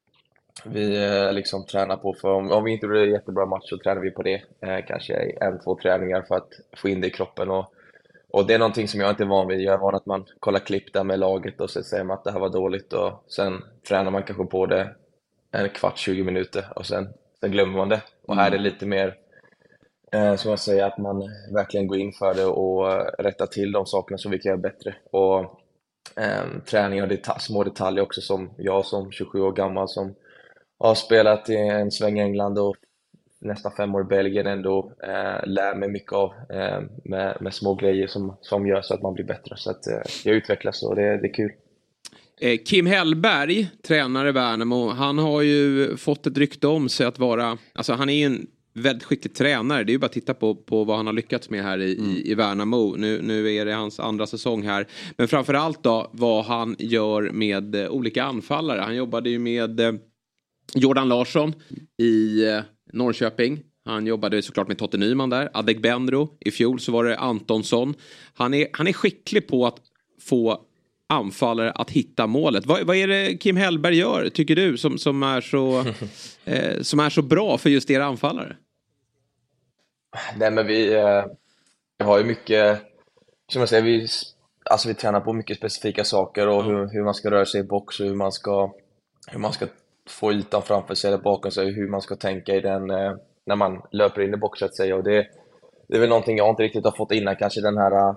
vi liksom tränar på. För om vi inte gjorde en jättebra match så tränar vi på det. Kanske 1-2 träningar för att få in det i kroppen. Och det är någonting som jag inte är van vid. Jag är van att man kollar klipp där med laget och så säger man att det här var dåligt. Och sen tränar man kanske på det en kvart, 20 minuter och sen glömmer man det. Och här är det lite mer, som jag säger, att man verkligen går in för det och rättar till de sakerna som vi kan göra bättre. Och träning och små detaljer också, som jag som 27 år gammal som har spelat i en sväng i England och nästan 5 år i Belgien ändå lär mig mycket av med små grejer som gör så att man blir bättre. Så att jag utvecklas och det är kul. Kim Hellberg, tränare Värnamo, han har ju fått ett rykte om sig att vara, alltså han är ju en väldigt skicklig tränare. Det är ju bara att titta på vad han har lyckats med här i Värnamo. Nu är det hans andra säsong här. Men framförallt då vad han gör med olika anfallare. Han jobbade ju med Jordan Larsson i Norrköping. Han jobbade såklart med Totte Nyman där. Adegbenro. I fjol så var det Antonsson. Han är skicklig på att få anfallare att hitta målet. Vad är det Kim Hellberg gör, tycker du, som är så bra för just era anfallare? Nej, men vi har ju mycket, som jag säger, vi tränar på mycket specifika saker och hur man ska röra sig i box och hur man ska få ytan framför sig eller bakom sig, hur man ska tänka i den när man löper in i box, så att säga. Och det är väl någonting jag inte riktigt har fått innan, kanske den här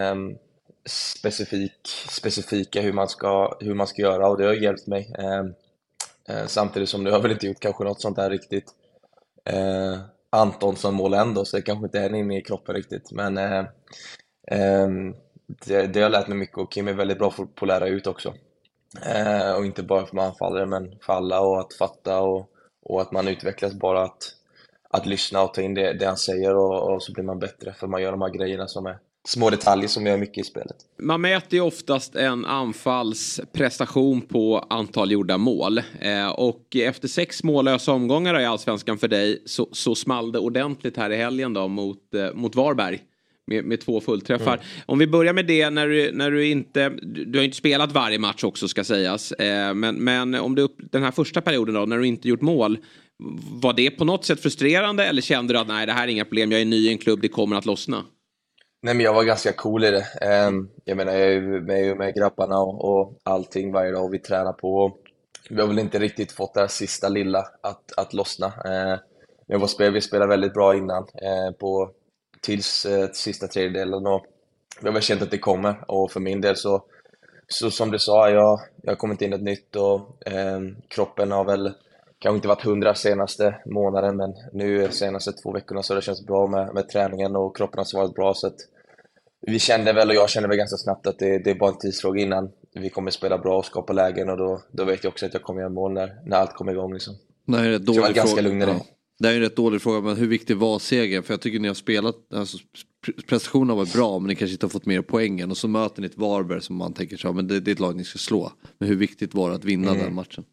specifika hur man ska göra, och det har hjälpt mig. Samtidigt som nu har jag väl inte gjort kanske något sånt där riktigt Antonsson mål ändå, så det kanske inte är inne i kroppen riktigt, men det har lärt mig mycket, och Kim är väldigt bra på att lära ut också. Och inte bara för anfallare, men för alla, och att fatta och att man utvecklas bara att lyssna och ta in det han säger, och så blir man bättre för man gör de här grejerna som är små detaljer som gör mycket i spelet. Man mäter ju oftast en anfallsprestation på antal gjorda mål. Och efter 6 mållösa omgångar i Allsvenskan för dig så small det ordentligt här i helgen då mot Varberg. Med 2 fullträffar. Om vi börjar med det när du inte... Du har inte spelat varje match också, ska sägas. Men om du den här första perioden då, när du inte gjort mål, var det på något sätt frustrerande, eller kände du att nej, det här är inga problem, jag är ny i en klubb, det kommer att lossna? Nej, men jag var ganska cool i det. Jag menar, jag är med grabbarna och allting varje dag, och vi tränar på. Vi har väl inte riktigt fått det här sista lilla att lossna. Vi spelade väldigt bra innan tills sista tredjedelen, och jag har väl känt att det kommer. Och för min del så som du sa, jag har kommit in ett nytt, och kroppen har väl kanske inte varit 100 senaste månaden, men nu senaste 2 veckorna så har det känts bra med träningen, och kroppen har svarat bra, så att jag kände väl ganska snabbt att det är bara en tidsfråga innan vi kommer spela bra och skapa lägen, och då vet jag också att jag kommer göra mål när allt kommer igång liksom. Nej, det är så jag var ganska lugn i det. Det är en rätt dålig fråga, men hur viktig var segern? För jag tycker ni har spelat, alltså, prestationen har varit bra, men ni kanske inte har fått mer poängen, och så möter ni ett Varberg som man tänker så, men det är ett lag ni ska slå. Men hur viktigt var det att vinna den matchen?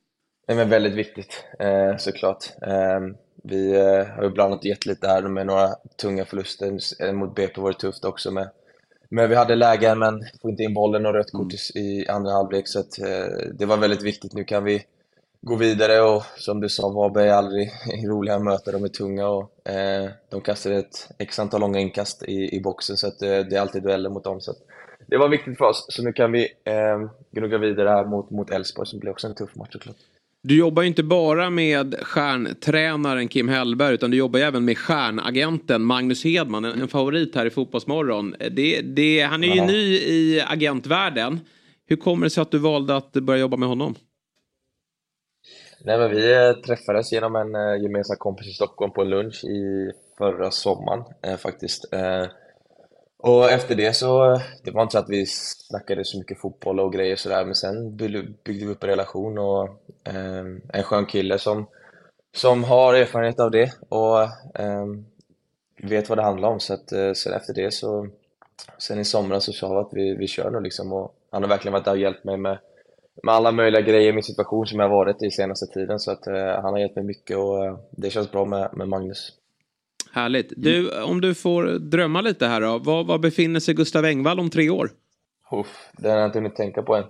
Nej, men väldigt viktigt såklart. Vi har ju bland annat gett lite här med några tunga förluster. Mot BP var det tufft också men vi hade lägen men får inte in bollen och rött kort i andra halvlek, så att, det var väldigt viktigt. Nu kan vi gå vidare och som du sa, Varberg är aldrig roliga att möta, de är tunga och de kastar ett x antal långa inkast i boxen, så att det är alltid dueller mot dem, så att det var viktigt för oss. Så nu kan vi gnugga vidare här mot Elfsborg, som blir också en tuff match såklart. Du jobbar ju inte bara med stjärntränaren Kim Hellberg, utan du jobbar även med stjärnagenten Magnus Hedman, en favorit här i Fotbollsmorgon. Han är ju ny i agentvärlden. Hur kommer det sig att du valde att börja jobba med honom? Nej, men vi träffades genom en gemensam kompis i Stockholm på en lunch i förra sommaren faktiskt. Och efter det så, det var inte så att vi snackade så mycket fotboll och grejer sådär, men sen byggde vi upp en relation och en skön kille som har erfarenhet av det och vet vad det handlar om. Så att sen efter det så, sen i somras så sa vi att vi kör nu liksom, och han har verkligen varit där och hjälpt mig med alla möjliga grejer i min situation som jag har varit i senaste tiden, så att han har hjälpt mig mycket och det känns bra med Magnus. Härligt. Du, om du får drömma lite här då. Var befinner sig Gustav Engvall om 3 år? Det har jag inte hunnit tänka på än.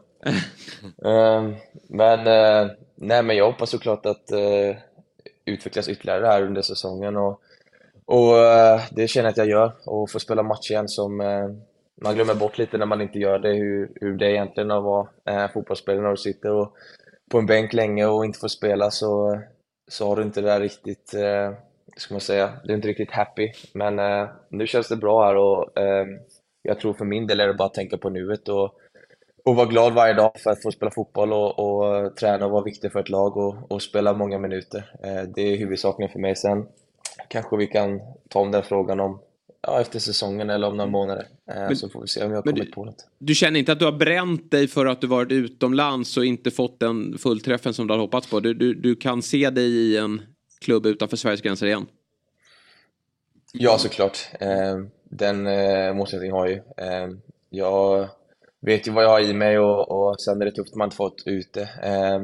Men jag hoppas såklart att utvecklas ytterligare här under säsongen. Och det känner jag att jag gör. Och få spela match igen som man glömmer bort lite när man inte gör det. Hur det är egentligen att vara fotbollsspelare när du sitter på en bänk länge och inte får spela, så har du inte det där riktigt... ska man säga, det är inte riktigt happy, men nu känns det bra här och jag tror för min del är det bara att tänka på nuet och vara glad varje dag för att få spela fotboll och träna och vara viktig för ett lag och spela många minuter. Det är huvudsaken för mig. Sen kanske vi kan ta om den frågan om efter säsongen eller om några månader, så får vi se om jag har kommit på något. Du känner inte att du har bränt dig för att du varit utomlands och inte fått den fullträffen som du har hoppats på? Du kan se dig i en klubb utanför Sveriges gränser igen? Ja, såklart. Den målsättningen har ju. Jag vet ju vad jag har i mig och sen är det tufft att man inte fått ut det.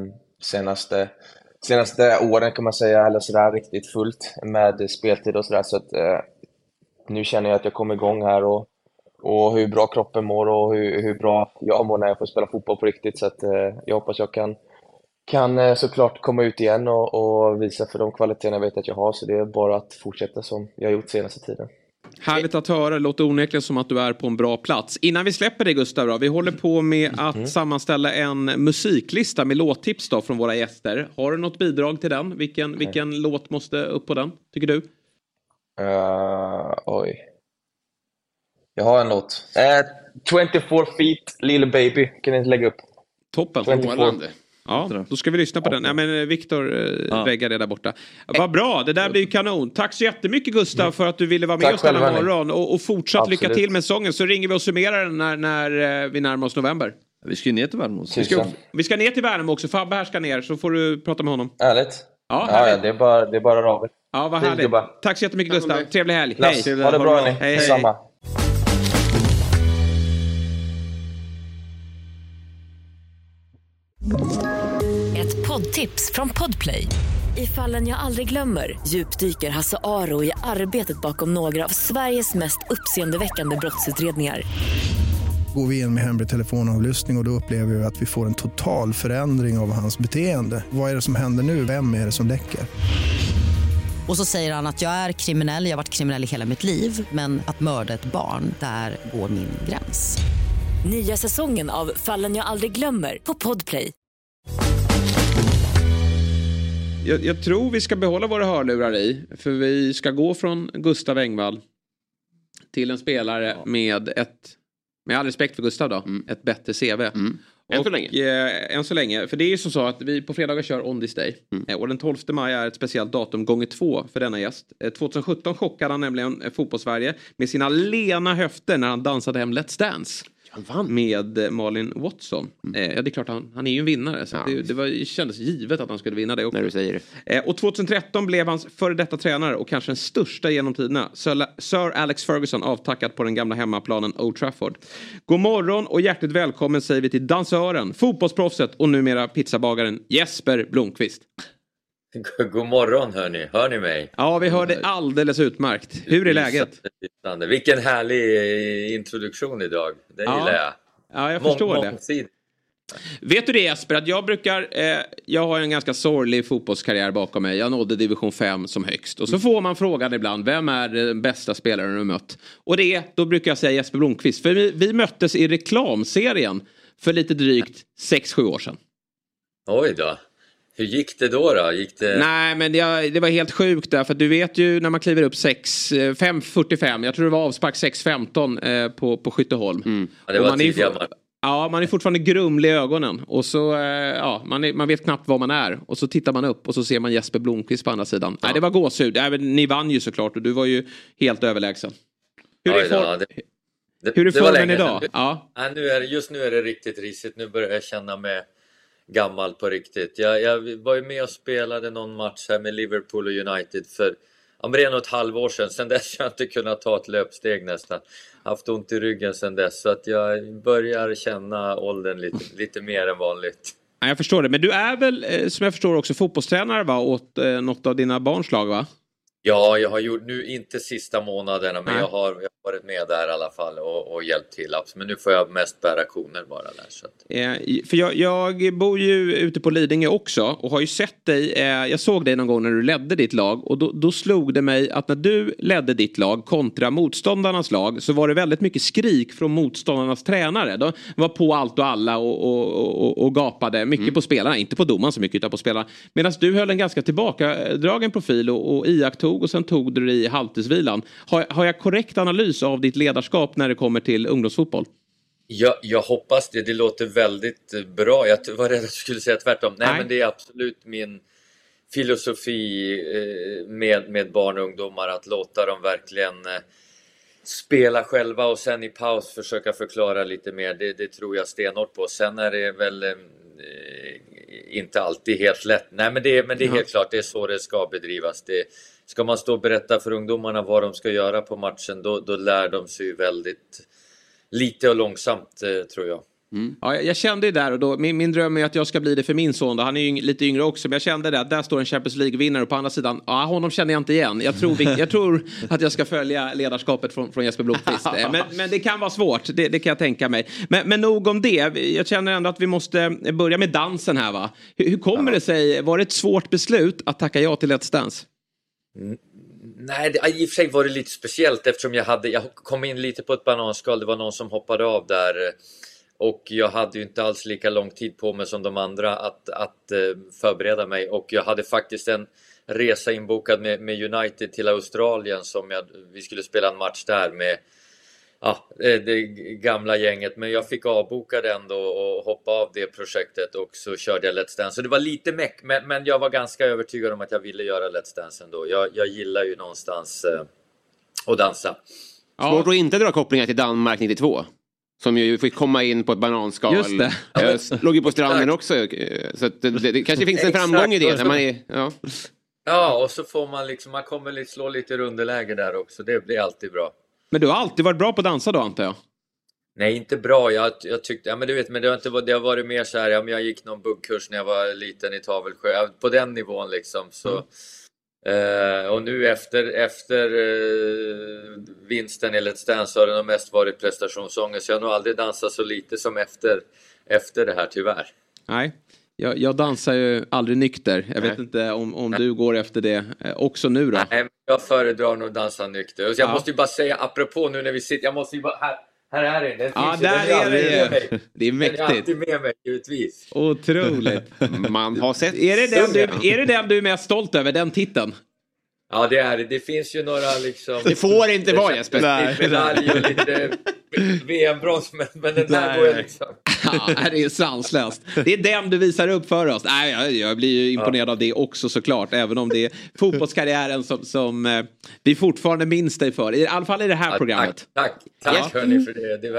Senaste åren kan man säga, eller sådär riktigt fullt med speltid och sådär, så att nu känner jag att jag kommer igång här och hur bra kroppen mår och hur bra jag mår när jag får spela fotboll på riktigt, så att jag hoppas jag kan såklart komma ut igen och visa för de kvaliteterna jag vet att jag har, så det är bara att fortsätta som jag har gjort senaste tiden. Härligt att höra, det låter onekligen som att du är på en bra plats. Innan vi släpper dig Gustav då, vi håller på med att sammanställa en musiklista med låttips då från våra gäster. Har du något bidrag till den? Vilken låt måste upp på den, tycker du? Oj. Jag har en låt. 24 feet, Lil Baby, kan ni lägga upp? Toppen. 24. Ja, då ska vi lyssna på den. Ja, men Viktor väggar det där borta. Vad bra, det där blir kanon. Tack så jättemycket Gustav för att du ville vara med oss denna morgon. Och fortsatt lycka till med sången, så ringer vi och summerar den när vi närmar oss november. Vi ska ju ner till Värnamo. Vi ska ner till Värnamo också. Fabbe här ska ner, så får du prata med honom. Härligt. Ja, det är bara raver. Ja, vad härligt. Tack så jättemycket Gustav. Trevlig helg. Hej. Ha det bra ni. Hej. Samma. Ett poddtips från Podplay. I Fallen jag aldrig glömmer djupdyker Hasse Aro i arbetet bakom några av Sveriges mest uppseendeväckande brottsutredningar. Går vi in med hemlig telefonavlyssning och då upplever vi att vi får en total förändring av hans beteende. Vad är det som händer nu? Vem är det som läcker? Och så säger han att jag är kriminell, jag har varit kriminell i hela mitt liv, men att mörda ett barn, där går min gräns. Nya säsongen av Fallen jag aldrig glömmer på Podplay. Jag tror vi ska behålla våra hörlurar i, för vi ska gå från Gustav Engvall till en spelare med all respekt för Gustav då, ett bättre CV. Än så länge. För det är ju så att vi på fredagar kör On This Day. Och den 12 maj är ett speciellt datum gånger 2 för denna gäst. 2017 chockade han nämligen fotbollssverige med sina lena höfter när han dansade hem Let's Dance. med Malin Watson. Ja, det är klart han är ju en vinnare. Så det kändes givet att han skulle vinna det också. När du säger det. Och 2013 blev hans före detta tränare och kanske den största genom tiderna. Sir Alex Ferguson avtackat på den gamla hemmaplanen Old Trafford. God morgon och hjärtligt välkommen säger vi till dansören, fotbollsproffset och numera pizzabagaren Jesper Blomqvist. God morgon hörni, hör ni mig? Ja, vi hör det alldeles utmärkt. Hur är läget? Vilken härlig introduktion idag, det gillar jag. Ja, jag förstår det. Vet du det Jesper, att jag har en ganska sorglig fotbollskarriär bakom mig. Jag nådde division 5 som högst. Och så får man frågan ibland, vem är den bästa spelaren du mött? Och då brukar jag säga Jesper Blomqvist. För vi möttes i reklamserien för lite drygt 6-7 år sedan. Oj då. Hur gick det då? Nej, men det var helt sjukt där. För du vet ju när man kliver upp 5:45. Jag tror det var avspark 6:15 på Skytteholm. Ja, det var tidigare. Ja, man är fortfarande grumlig i ögonen. Och så, man vet knappt var man är. Och så tittar man upp och så ser man Jesper Blomqvist på andra sidan. Nej, det var gåshud. Ni vann ju såklart och du var ju helt överlägsen. Hur är formen idag? Just nu är det riktigt risigt. Nu börjar jag känna mig gammal på riktigt. Jag var ju med och spelade någon match här med Liverpool och United för redan ett halvår sedan. Sen dess har jag inte kunnat ta ett löpsteg nästan. Haft ont i ryggen sen dess. Så att jag börjar känna åldern lite mer än vanligt. Ja, jag förstår det. Men du är väl, som jag förstår också, fotbollstränare åt något av dina barns lag, va? Ja, jag har gjort nu inte sista månaderna, men jag har varit med där i alla fall och hjälpt till. Men nu får jag mest bära koner bara där. Så att... För jag bor ju ute på Lidingö också och har ju sett dig. Jag såg dig någon gång när du ledde ditt lag och då slog det mig att när du ledde ditt lag kontra motståndarnas lag så var det väldigt mycket skrik från motståndarnas tränare. De var på allt och alla och gapade mycket på spelarna, inte på domaren så mycket utan på spelarna. Medan du höll en ganska tillbakadragen profil och iakttog och sen tog du det i halvtidsvilan. Har jag korrekt analys av ditt ledarskap när det kommer till ungdomsfotboll? Jag hoppas det. Det låter väldigt bra. Jag var rädd att du skulle säga tvärtom. Nej, men det är absolut min filosofi med barn och ungdomar att låta dem verkligen spela själva och sen i paus försöka förklara lite mer. Det tror jag stenhårt på. Sen är det väl inte alltid helt lätt. Nej, men det är helt klart, det är så det ska bedrivas. Ska man stå och berätta för ungdomarna vad de ska göra på matchen, då lär de sig väldigt lite och långsamt, tror jag. Ja, jag kände ju där och då, min dröm är att jag ska bli det för min son då. Han är ju lite yngre också, men jag kände det att där står en Champions League-vinnare och på andra sidan, honom känner jag inte igen. Jag tror att jag ska följa ledarskapet från Jesper Blomqvist. Men det kan vara svårt, det kan jag tänka mig. Men nog om det, jag känner ändå att vi måste börja med dansen här, va? Hur kommer det sig, var det ett svårt beslut att tacka ja till Let's Dance? Nej, i och för sig var det lite speciellt eftersom jag kom in lite på ett bananskal. Det var någon som hoppade av där och jag hade ju inte alls lika lång tid på mig som de andra att förbereda mig. Och jag hade faktiskt en resa inbokad med United till Australien som vi skulle spela en match där med det gamla gänget, men jag fick avboka den då och hoppa av det projektet och så körde jag Let's Dance. Så det var lite meck, men jag var ganska övertygad om att jag ville göra Let's Dance ändå. Jag gillar ju någonstans att dansa. Svårt att inte dra kopplingar till Danmark 92. Som ju fick komma in på ett bananskal. Just det. Jag låg ju på stranden också. Så att det kanske finns en framgång i det. När man är, ja, och så får man kommer slå lite rundeläge där också. Det blir alltid bra. Men du har alltid varit bra på att dansa då, antar jag? Nej, inte bra. Jag tyckte, men du vet, men det har varit mer så här, men jag gick någon buggkurs när jag var liten i Tavelsjö. På den nivån liksom. Så, och nu efter vinsten i Let's Dance har det nog mest varit prestationsångest. Så jag har nog aldrig dansat så lite som efter det här, tyvärr. Nej. Jag dansar ju aldrig nykter. Jag vet inte om du går efter det också nu då. Nej, jag föredrar nog dansa nykter. Så jag måste ju bara säga, apropå nu när vi sitter, jag måste ju bara, här är den. Där är det. Det är mäktigt. Den är alltid med mig, givetvis. Otroligt. Man har sett. Är det den du är mest stolt över, den titeln? Ja, det är det. Det finns ju några liksom... Det får inte vara, Jesper. Medalj och lite VM-brons, men den där går jag liksom... Ja, det är sanslöst. Det är den du visar upp för oss. Nej, jag blir ju imponerad av det också såklart. Även om det är fotbollskarriären som vi fortfarande minns dig för. I alla fall i det här programmet. Tack hörni för det värmer.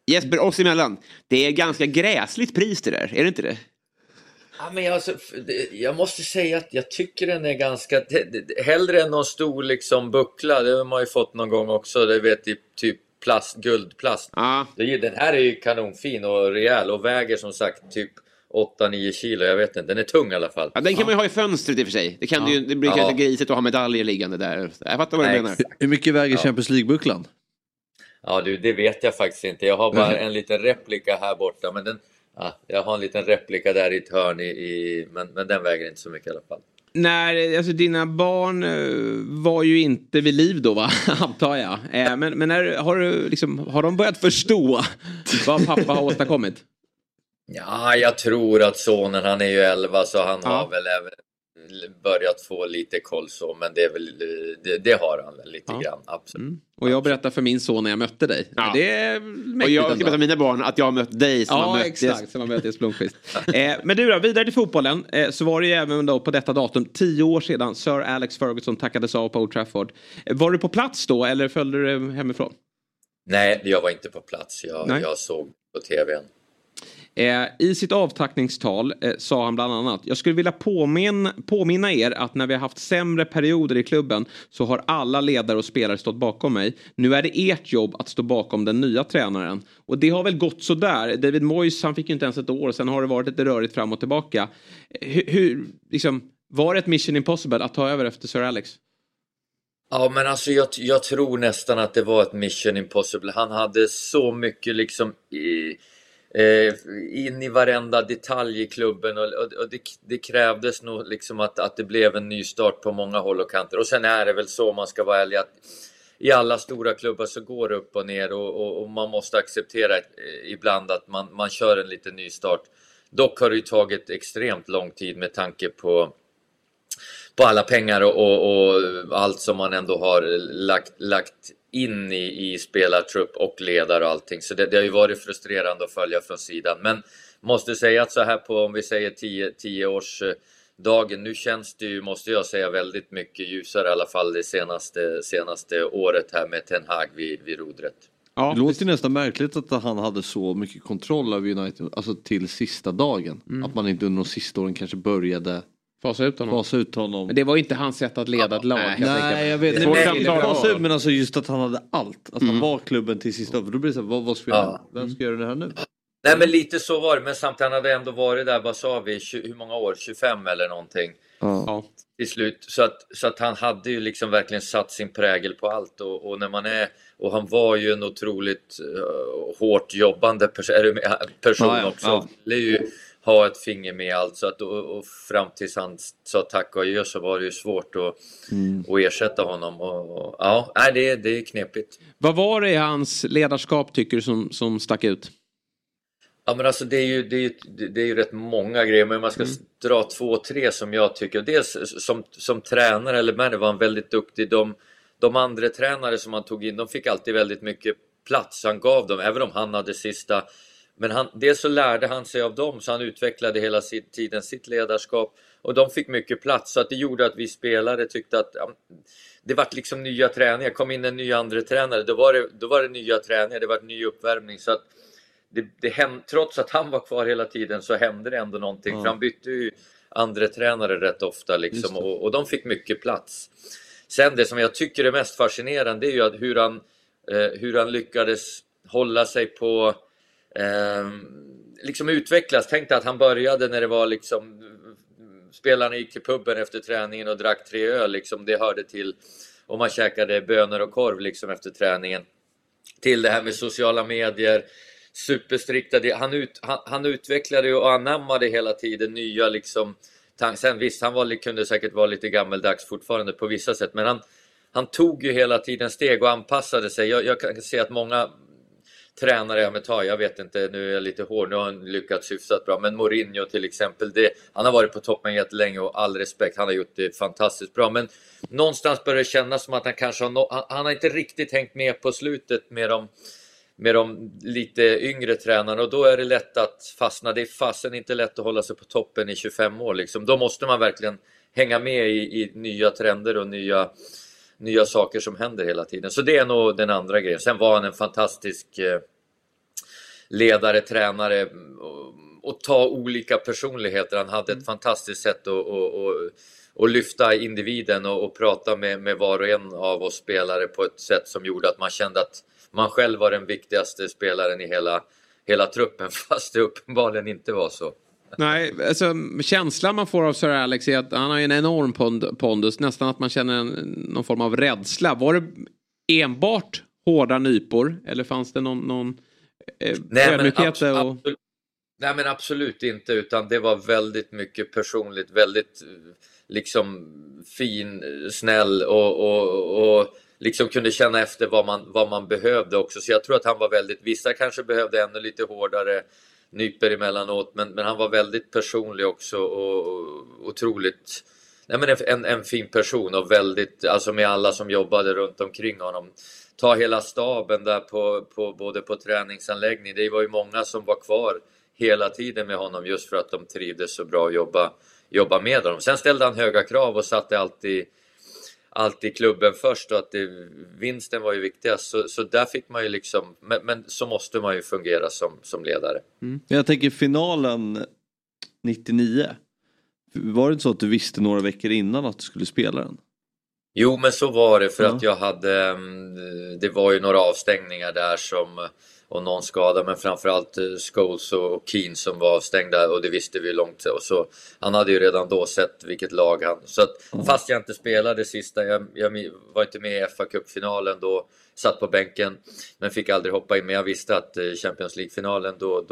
Jesper, oss emellan. Det är ganska gräsligt pris det där, är det inte det? Ja, men alltså, jag måste säga att jag tycker den är ganska... Hellre än någon stor liksom buckla, det har man ju fått någon gång också, det vet jag, typ plast, guldplast. Den här är ju kanonfin och rejäl och väger som sagt typ 8-9 kilo, jag vet inte. Den är tung i alla fall. Ja, den kan man ju ha i fönstret i och för sig. Det, kan det blir kanske grisigt att ha medaljer liggande där. Jag fattar vad du menar. Hur mycket väger Champions League-bucklan? Ja du, det vet jag faktiskt inte. Jag har bara en liten replika här borta. Men jag har en liten replika där i ett hörn men den väger inte så mycket i alla fall. Alltså dina barn var ju inte vid liv då, va? Antar jag. Men har de börjat förstå vad pappa har åstadkommit? Ja, jag tror att sonen, han är ju 11 så han har väl även börjat få lite koll så, men det är väl det har han väl lite grann, absolut. Och jag berättar för min son när jag mötte dig. Ja. Det är mäktigt. Och jag ska berätta för mina barn att jag har mött dig som har mött exakt, som har mött Jesper Blomqvist. Men du då, vidare till fotbollen, så var det ju även då på detta datum 10 år sedan Sir Alex Ferguson tackades av på Old Trafford. Var du på plats då eller följde du hemifrån? Nej, jag var inte på plats. Jag såg på tvn. I sitt avtackningstal sa han bland annat: jag skulle vilja påminna er att när vi har haft sämre perioder i klubben så har alla ledare och spelare stått bakom mig. Nu är det ert jobb att stå bakom den nya tränaren. Och det har väl gått så där. David Moyes, han fick ju inte ens ett år. Sen har det varit lite rörigt fram och tillbaka. Var det ett mission impossible att ta över efter Sir Alex? Ja, men alltså jag tror nästan att det var ett mission impossible. Han hade så mycket liksom in i varenda detalj i klubben och det krävdes nog liksom att det blev en ny start på många håll och kanter. Och sen är det väl så, man ska vara ärlig, att i alla stora klubbar så går det upp och ner och man måste acceptera ibland att man kör en liten ny start. Dock har det ju tagit extremt lång tid med tanke på alla pengar och allt som man ändå har lagt in i spelartrupp och ledare och allting. Så det har ju varit frustrerande att följa från sidan. Men måste säga att så här på, om vi säger 10-årsdagen, nu känns det ju, måste jag säga, väldigt mycket ljusare i alla fall det senaste året här med Ten Hag vid rodret. Ja, det låter nästan märkligt att han hade så mycket kontroll över United, alltså till sista dagen. Att man inte under de sista åren kanske började fasa ut honom. Men det var inte hans sätt att leda ett lag. Nej, jag vet. Fasa ut, men alltså just att han hade allt. Att han var klubben till sista. Då blir det så här, vad ska jag vem ska göra det här nu? Nej, men lite så var det. Men samtidigt han hade ändå varit där, vad sa vi, hur många år? 25 eller någonting. Ja. Till slut. Så att han hade ju liksom verkligen satt sin prägel på allt. Och när man och han var ju en otroligt hårt jobbande person också. Ja. Det är ju ha ett finger med allt, så att och fram tills han sa tack och adjö så var det ju svårt att ersätta honom det är knepigt. Vad var det i hans ledarskap tycker du som stack ut? Ja, men alltså det är ju rätt många grejer, men man ska dra 2-3 som jag tycker. Dels som tränare eller manager var han väldigt duktig. De andra tränare som han tog in, de fick alltid väldigt mycket plats. Han gav dem, även om han hade sista. Men dels så lärde han sig av dem, så han utvecklade hela tiden sitt ledarskap. Och de fick mycket plats, så att det gjorde att vi spelare tyckte att det var liksom nya träningar. Kom in en ny andra tränare, då var det nya träningar, det var en ny uppvärmning. Så att trots att han var kvar hela tiden så hände det ändå någonting. För han bytte ju andra tränare rätt ofta liksom, och de fick mycket plats. Sen det som jag tycker är mest fascinerande, det är ju att hur han lyckades hålla sig på liksom utvecklas. Tänkte att han började när det var liksom spelarna gick till puben efter träningen och drack 3 öl liksom, det hörde till, och man käkade bönor och korv liksom efter träningen, till det här med sociala medier, superstriktade. Han utvecklade och anammade hela tiden nya liksom. Sen visst, kunde säkert vara lite gammeldags fortfarande på vissa sätt, men han tog ju hela tiden steg och anpassade sig. Jag kan se att många tränare jag vet inte, nu är jag lite hård, nu har han lyckats hyfsat bra, men Mourinho till exempel, han har varit på toppen jättelänge och all respekt, han har gjort det fantastiskt bra, men någonstans börjar det kännas som att han kanske han har inte riktigt hängt med på slutet med de lite yngre tränarna, och då är det lätt att fastna. Det är fasen inte lätt att hålla sig på toppen i 25 år liksom. Då måste man verkligen hänga med i nya trender och nya saker som händer hela tiden. Så det är nog den andra grejen. Sen var han en fantastisk ledare, tränare och ta olika personligheter. Han hade ett fantastiskt sätt att lyfta individen och prata med var och en av oss spelare på ett sätt som gjorde att man kände att man själv var den viktigaste spelaren i hela truppen, fast det uppenbarligen inte var så. Nej, alltså känslan man får av Sir Alex är att han har en enorm pondus, nästan att man känner någon form av rädsla. Var det enbart hårda nypor eller fanns det någon ödmjukhet? Nej, men absolut inte, utan det var väldigt mycket personligt, väldigt liksom fin, snäll och liksom kunde känna efter vad man behövde också. Så jag tror att han var vissa kanske behövde ännu lite hårdare nyper emellanåt, men han var väldigt personlig också och otroligt, en fin person och väldigt, alltså med alla som jobbade runt omkring honom. Ta hela staben där på både på träningsanläggning, det var ju många som var kvar hela tiden med honom just för att de trivdes så bra att jobba med honom. Sen ställde han höga krav och satte alltid klubben först, och att vinsten var ju viktigast. Så där fick man ju liksom, men så måste man ju fungera som ledare. Jag tänker finalen 99. Var det inte så att du visste några veckor innan att du skulle spela den? Jo, men så var det för att jag hade, det var ju några avstängningar där och någon skada, men framförallt Scholes och Keane som var avstängda, och det visste vi långt. Och så han hade ju redan då sett vilket lag han. Så att, fast jag inte spelade sista, jag var inte med i FA Cup-finalen då, satt på bänken, men fick aldrig hoppa in. Men jag visste att Champions League-finalen då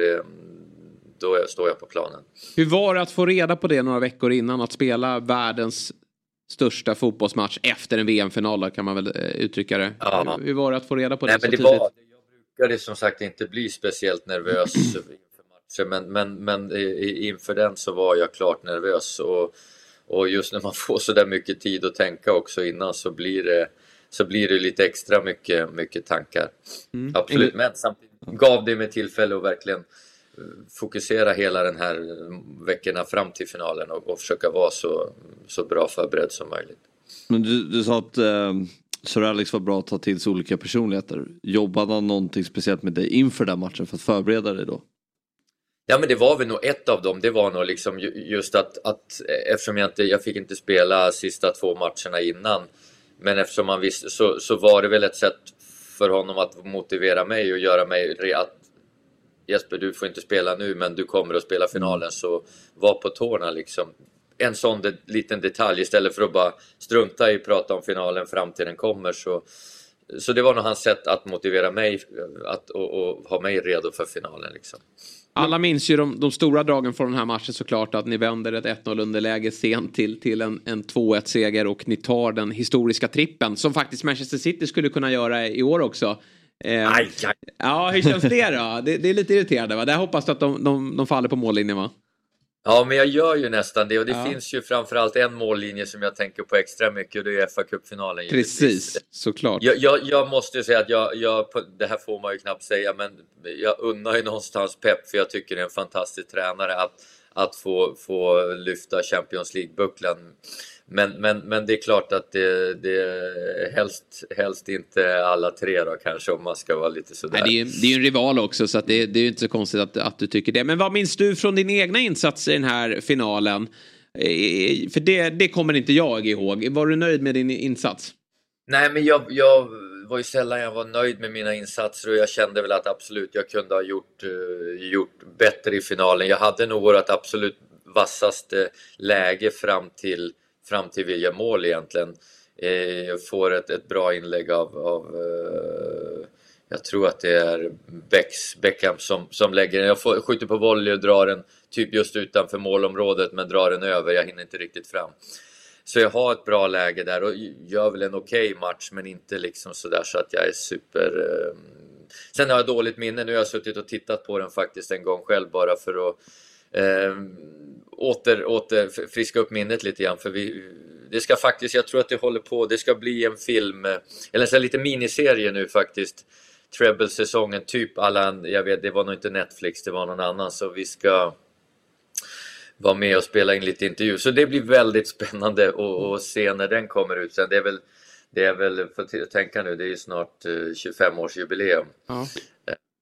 står jag på planen. Hur var det att få reda på det några veckor innan, att spela världens största fotbollsmatch efter en VM-final, kan man väl uttrycka det? Ja. Hur var det att få reda på det så tidigt? Jag brukade som sagt inte bli speciellt nervös inför matchen, men inför den så var jag klart nervös, och just när man får så där mycket tid att tänka också innan, så blir det lite extra mycket tankar. Absolut, men samtidigt gav det mig tillfälle att verkligen fokusera hela den här veckorna fram till finalen och försöka vara så bra förberedd som möjligt. Men du sa att Sir Alex var bra att ta till sig olika personligheter. Jobbade han någonting speciellt med dig inför den matchen för att förbereda dig då? Ja, men det var väl nog ett av dem. Det var nog liksom just att eftersom jag fick inte spela sista 2 matcherna innan, men eftersom man visste, så var det väl ett sätt för honom att motivera mig och göra mig att Jesper, du får inte spela nu, men du kommer att spela finalen, så var på tårna liksom. En sån liten detalj istället för att bara strunta i prata om finalen fram till den kommer, så det var nog hans sätt att motivera mig och ha mig redo för finalen liksom. Alla minns ju de stora dragen från den här matchen såklart, att ni vänder ett 1-0 underläge sent till en 2-1 seger, och ni tar den historiska trippen som faktiskt Manchester City skulle kunna göra i år också. Ja, hur känns det då? Det är lite irriterande, va? Där hoppas du att de faller på mållinjen, va? Ja, men jag gör ju nästan det, och det finns ju framförallt en mållinje som jag tänker på extra mycket, och det är FA Cup-finalen. Precis, såklart. Jag måste ju säga att det här får man ju knappt säga, men jag unnar ju någonstans Pep, för jag tycker det är en fantastisk tränare att få lyfta Champions League-bucklan. Men det är klart att det helst inte alla 3 då, kanske, om man ska vara lite sådär. Nej, det är ju en rival också, så att det är ju inte så konstigt att du tycker det. Men vad minns du från din egna insats i den här finalen? För det kommer inte jag ihåg. Var du nöjd med din insats? Nej, men jag var ju sällan jag var nöjd med mina insatser, och jag kände väl att absolut jag kunde ha gjort bättre i finalen. Jag hade nog vårt absolut vassaste läge fram till via mål egentligen. Jag får ett bra inlägg av jag tror att det är Beckham som lägger den. Jag skjuter på volley och drar den typ just utanför målområdet, men drar den över. Jag hinner inte riktigt fram. Så jag har ett bra läge där och gör väl en okej match, men inte liksom sådär så att jag är super... Sen har jag dåligt minne. Nu har jag suttit och tittat på den faktiskt en gång själv, bara för att åter friska upp minnet lite grann. För det ska faktiskt, jag tror att det håller på, det ska bli en film, eller så lite miniserie nu faktiskt. Treble-säsongen, typ alla, jag vet, det var nog inte Netflix, det var någon annan, så vi ska vara med och spela in lite intervju. Så det blir väldigt spännande att se när den kommer ut sen. Det är väl för att tänka nu, det är ju snart 25-årsjubileum. Ja.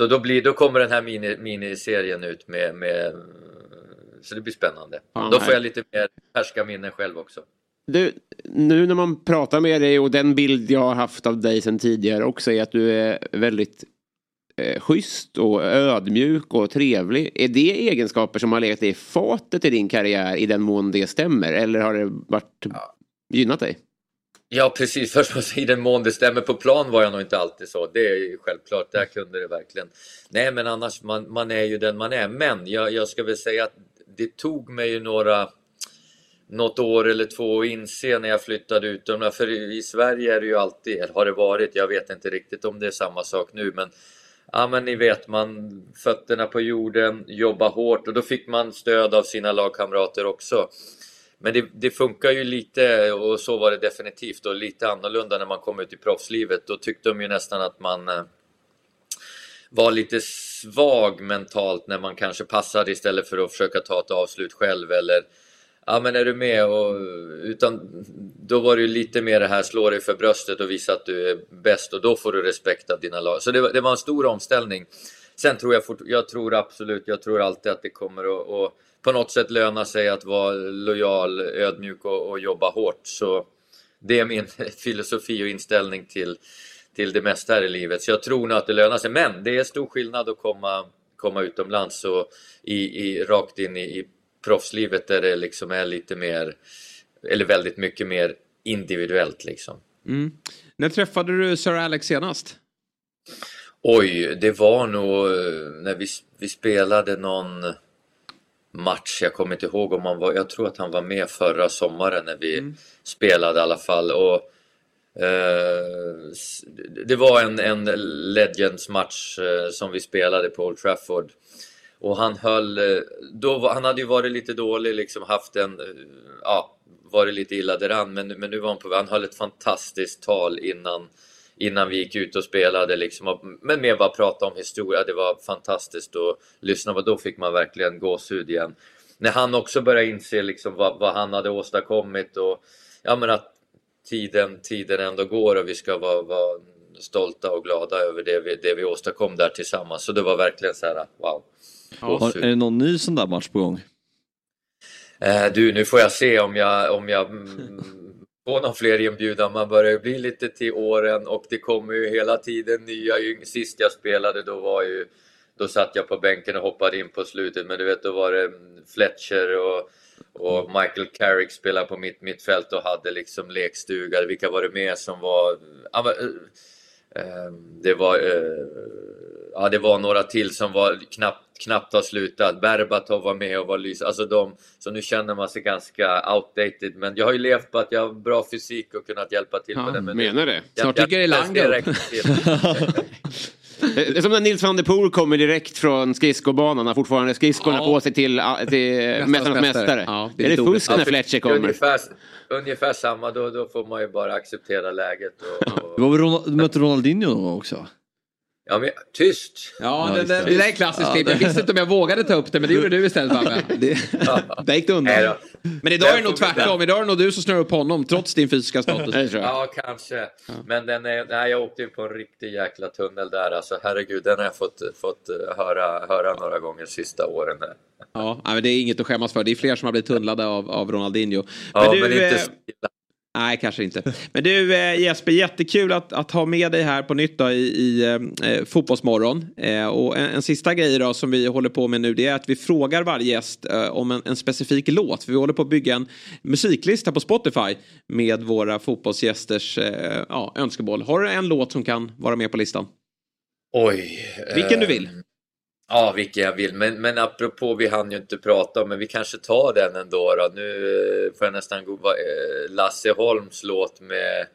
Så då kommer den här miniserien ut med så det blir spännande. Då får jag lite mer färska minnen själv också. Du, nu när man pratar med dig och den bild jag har haft av dig sedan tidigare också är att du är väldigt schysst och ödmjuk och trevlig. Är det egenskaper som har legat i fatet i din karriär i den mån det stämmer? Eller har det varit gynnat dig? Ja, precis. Först i den mån det stämmer. På plan var jag nog inte alltid så. Det är ju självklart. Där kunde det verkligen. Nej, men annars man är ju den man är. Men jag ska väl säga att det tog mig ju något år eller 2 att inse när jag flyttade utomlands. För i Sverige är det ju alltid, eller har det varit, jag vet inte riktigt om det är samma sak nu, men ja, men ni vet, man fötterna på jorden, jobba hårt, och då fick man stöd av sina lagkamrater också. Men det funkar ju lite, och så var det definitivt, och lite annorlunda när man kom ut i proffslivet. Då tyckte de ju nästan att man var lite svag mentalt när man kanske passade istället för att försöka ta ett avslut själv, eller ja, men är du med? Utan då var det ju lite mer det här, slå dig för bröstet och visa att du är bäst, och då får du respekt av dina lag. Så det var en stor omställning. Sen tror jag tror alltid att det kommer att på något sätt löna sig att vara lojal, ödmjuk och jobba hårt. Så det är min filosofi och inställning till det mesta här i livet. Så jag tror nog att det lönar sig. Men det är stor skillnad att komma utomlands och rakt in i proffslivet, där det liksom är lite mer, eller väldigt mycket mer individuellt liksom. När träffade du Sir Alex senast? Oj, det var nog när vi spelade någon match. Jag kommer inte ihåg om jag tror att han var med förra sommaren när vi spelade i alla fall. Och det var en Legends match som vi spelade på Old Trafford. Och han han hade ju varit lite dålig, liksom haft varit lite illa däran, men nu var han höll ett fantastiskt tal innan vi gick ut och spelade liksom, men mer bara prata om historia. Det var fantastiskt att lyssna på. Då fick man verkligen gåshud igen. När han också började inse liksom vad han hade åstadkommit, och ja, men att tiden ändå går och vi ska vara stolta och glada över det vi åstadkom där tillsammans. Så det var verkligen så här, wow. Är det någon ny sån där match på gång? Nu får jag se om jag får någon fler inbjudan. Man börjar bli lite till åren, och det kommer ju hela tiden nya. Sist jag spelade då satt jag på bänken och hoppade in på slutet, men du vet, då var det Fletcher och Michael Carrick spelade på mittfält och hade liksom lekstuga. Vilka var det med som var det var några till som var knappt har slutat. Berbatov var med och var lys. Alltså så nu känner man sig ganska outdated. Men jag har ju levt på att jag har bra fysik och kunnat hjälpa till med det. Men menar det? Snart tycker det är Lango. Det är som när Nils van der Poel kommer direkt från skridskobanan. Han har fortfarande skridskorna på sig till Mästarnas mästare. Ja, det är fusk när Fletcher kommer. Ungefär samma, då får man ju bara acceptera läget. Du mötte Ronaldinho också? Ja, men tyst. Ja, det där är klassiskt klipp. Jag visste inte om jag vågade ta upp det, men det gjorde du istället. Det gick det undan. Men idag är det nog tvärtom. Idag är det nog du som snurrar upp honom, trots din fysiska status. Ja, kanske. Ja. Men jag åkte in på en riktig jäkla tunnel där. Alltså, herregud, den har jag fått höra några gånger sista åren. Ja, men det är inget att skämmas för. Det är fler som har blivit tunnlade av Ronaldinho. Men inte stilla. Nej, kanske inte. Men du Jesper, jättekul att ha med dig här på nytt då, i Fotbollsmorgon. Och en sista grej då som vi håller på med nu, det är att vi frågar varje gäst om en specifik låt. För vi håller på att bygga en musiklista på Spotify med våra fotbollsgästers önskemål. Har du en låt som kan vara med på listan? Oj. Vilken du vill. Ja, vilken jag vill. Men apropå, vi hann ju inte prata om, men vi kanske tar den ändå då. Nu får jag nästan gå Lasse Holms låt med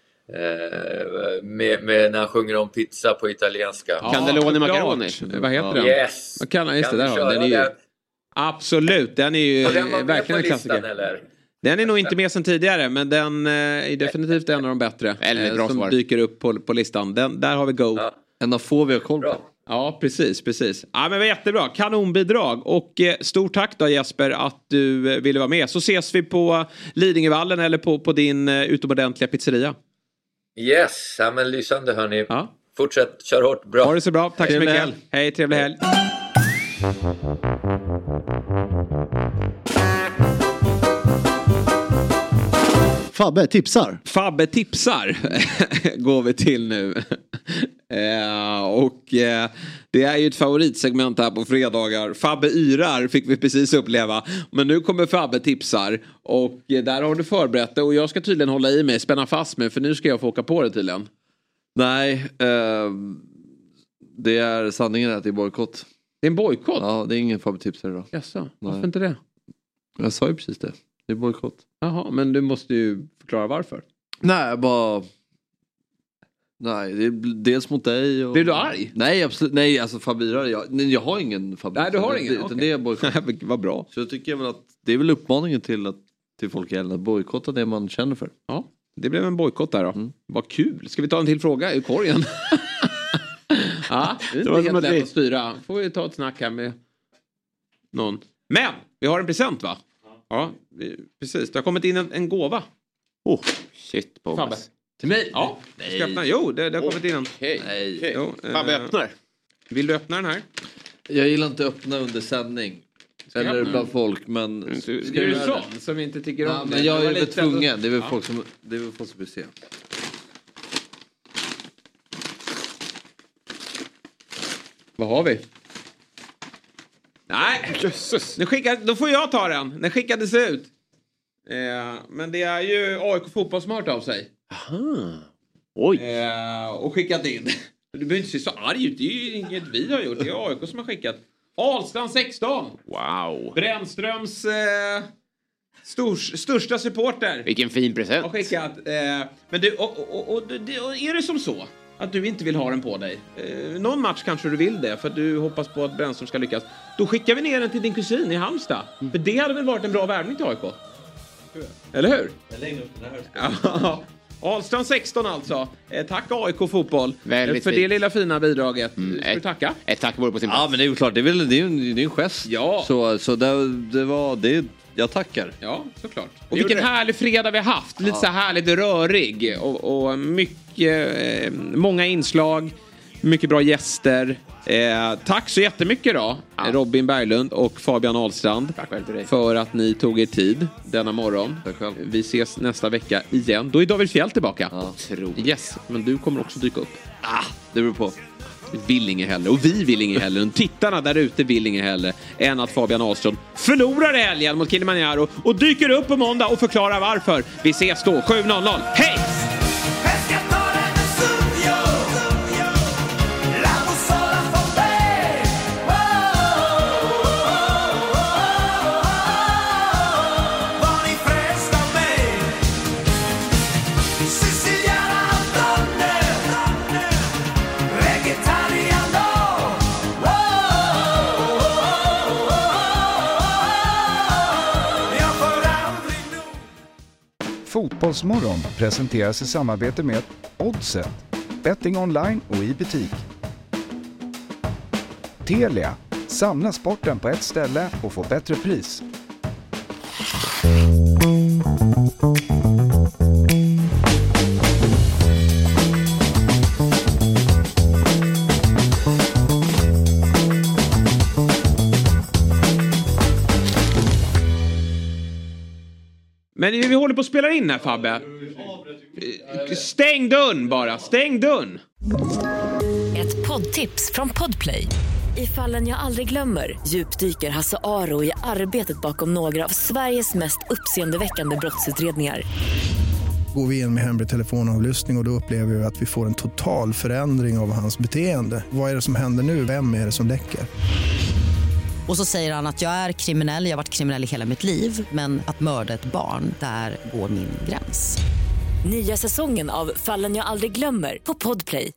när han sjunger om pizza på italienska. Cannelloni Macaroni. Vad heter den? Yes. Just det, den är ju... Absolut, den är ju verkligen en klassiker. Eller? Den är nog inte med sen tidigare, men den är definitivt en av de bättre som dyker upp på listan. Där har vi go. Ja. En av få vi har koll på. Ja, precis. Ja, men jättebra. Kanonbidrag. Och stort tack då Jesper att du ville vara med. Så ses vi på Lidingövallen eller på din utomordentliga pizzeria. Yes, ja, men lysande hörni. Ja. Fortsätt, kör hårt, bra. Ha det så bra, tack så mycket. Hej, trevlig helg. Fabbe tipsar. Fabbe tipsar går vi till nu. Det är ju ett favoritsegment här på fredagar. Fabbe yrar fick vi precis uppleva. Men nu kommer Fabbe tipsar. Och där har du förberett det. Och jag ska tydligen hålla i mig, spänna fast mig. För nu ska jag få åka på det tydligen. Nej, det är sanningen att det är bojkott. Det är en bojkott? Ja, det är ingen Fabbe tipsar idag. Jaså, varför inte det? Jag sa ju precis det. Det är bojkott. Jaha, men du måste ju förklara varför. Nej, bara... Nej, det är dels mot dig och... Blir du arg? Nej, absolut. Nej, alltså Fabira, jag har ingen Fabira. Nej, du har ingen? Utan det är bojkott. Vad bra. Så jag tycker väl att det är väl uppmaningen till folk i att bojkotta det man känner för. Ja, det blev en bojkott där då. Vad kul. Ska vi ta en till fråga i korgen? Ja, det är inte helt lätt att styra. Får vi ta ett snack här med någon. Men, vi har en present va? Ja, precis. Det har kommit in en gåva. Shit, på Fabbe. Till mig? Ja, nej. Ska öppna. Jo, det har kommit in en. Nej. Fabbe öppnar. Vill du öppna den här? Jag gillar inte att öppna under sändning. Eller bland folk, men... Du är sån som inte tycker om det. Men jag är väl tvungen. Det är väl folk som vill se. Vad har vi? Nej, Jesus. Då får jag ta den. Den skickades ut. Men det är ju AIK Fotboll som har hört av sig. Aha. Oj. Och skickat in. Du behöver inte se så arg ut. Det är ju inget vi har gjort. Det är AIK som har skickat. Ahlstrand 16. Wow. Brännströms största supporter. Vilken fin present. Har skickat. Men du, är det som så att du inte vill ha den på dig? Någon match kanske du vill det. För att du hoppas på att Brännström ska lyckas. Då skickar vi ner den till din kusin i Halmstad. För det hade väl varit en bra värvning till AIK? Eller hur? Jag lägger upp den här. Ahlstrand 16 alltså. Tack AIK Fotboll. Väldigt för fint. Det lilla fina bidraget. Ska du tacka? Ett tack vore på sin plats. Ja, men det är ju klart. Det är en gest. Ja. Så det var det. Jag tackar. Ja, såklart. Och vilken härlig fredag vi har haft. Lite så härligt rörig. Och mycket, många inslag. Mycket bra gäster. Tack så jättemycket då. Robin Berglund och Fabian Ahlstrand. Tack väl till dig. För att ni tog er tid denna morgon. Tack själv. Vi ses nästa vecka igen. Då är David Fjäll tillbaka. Ja. Yes, men du kommer också dyka upp. Det beror på. Vill inget heller. Och vi vill inget heller. Och tittarna där ute vill inget heller. Än att Fabian Ahlstrand förlorar helgen mot Kilimanjaro. Och dyker upp på måndag och förklarar varför. Vi ses då 7:00. Hej! Fotbollsmorgon presenteras i samarbete med Oddset, betting online och i butik. Telia, samla sporten på ett ställe och få bättre pris. Men vi håller på att spela in här, Fabbe. Stäng dörren bara. Stäng dörren. Ett poddtips från Podplay. I Fallen jag aldrig glömmer djupdyker Hasse Aro i arbetet bakom några av Sveriges mest uppseendeväckande brottsutredningar. Går vi in med hemlig telefonavlyssning och då upplever vi att vi får en total förändring av hans beteende. Vad är det som händer nu? Vem är det som läcker? Och så säger han att jag är kriminell, jag har varit kriminell i hela mitt liv. Men att mörda ett barn, där går min gräns. Nya säsongen av Fallen jag aldrig glömmer på Podplay.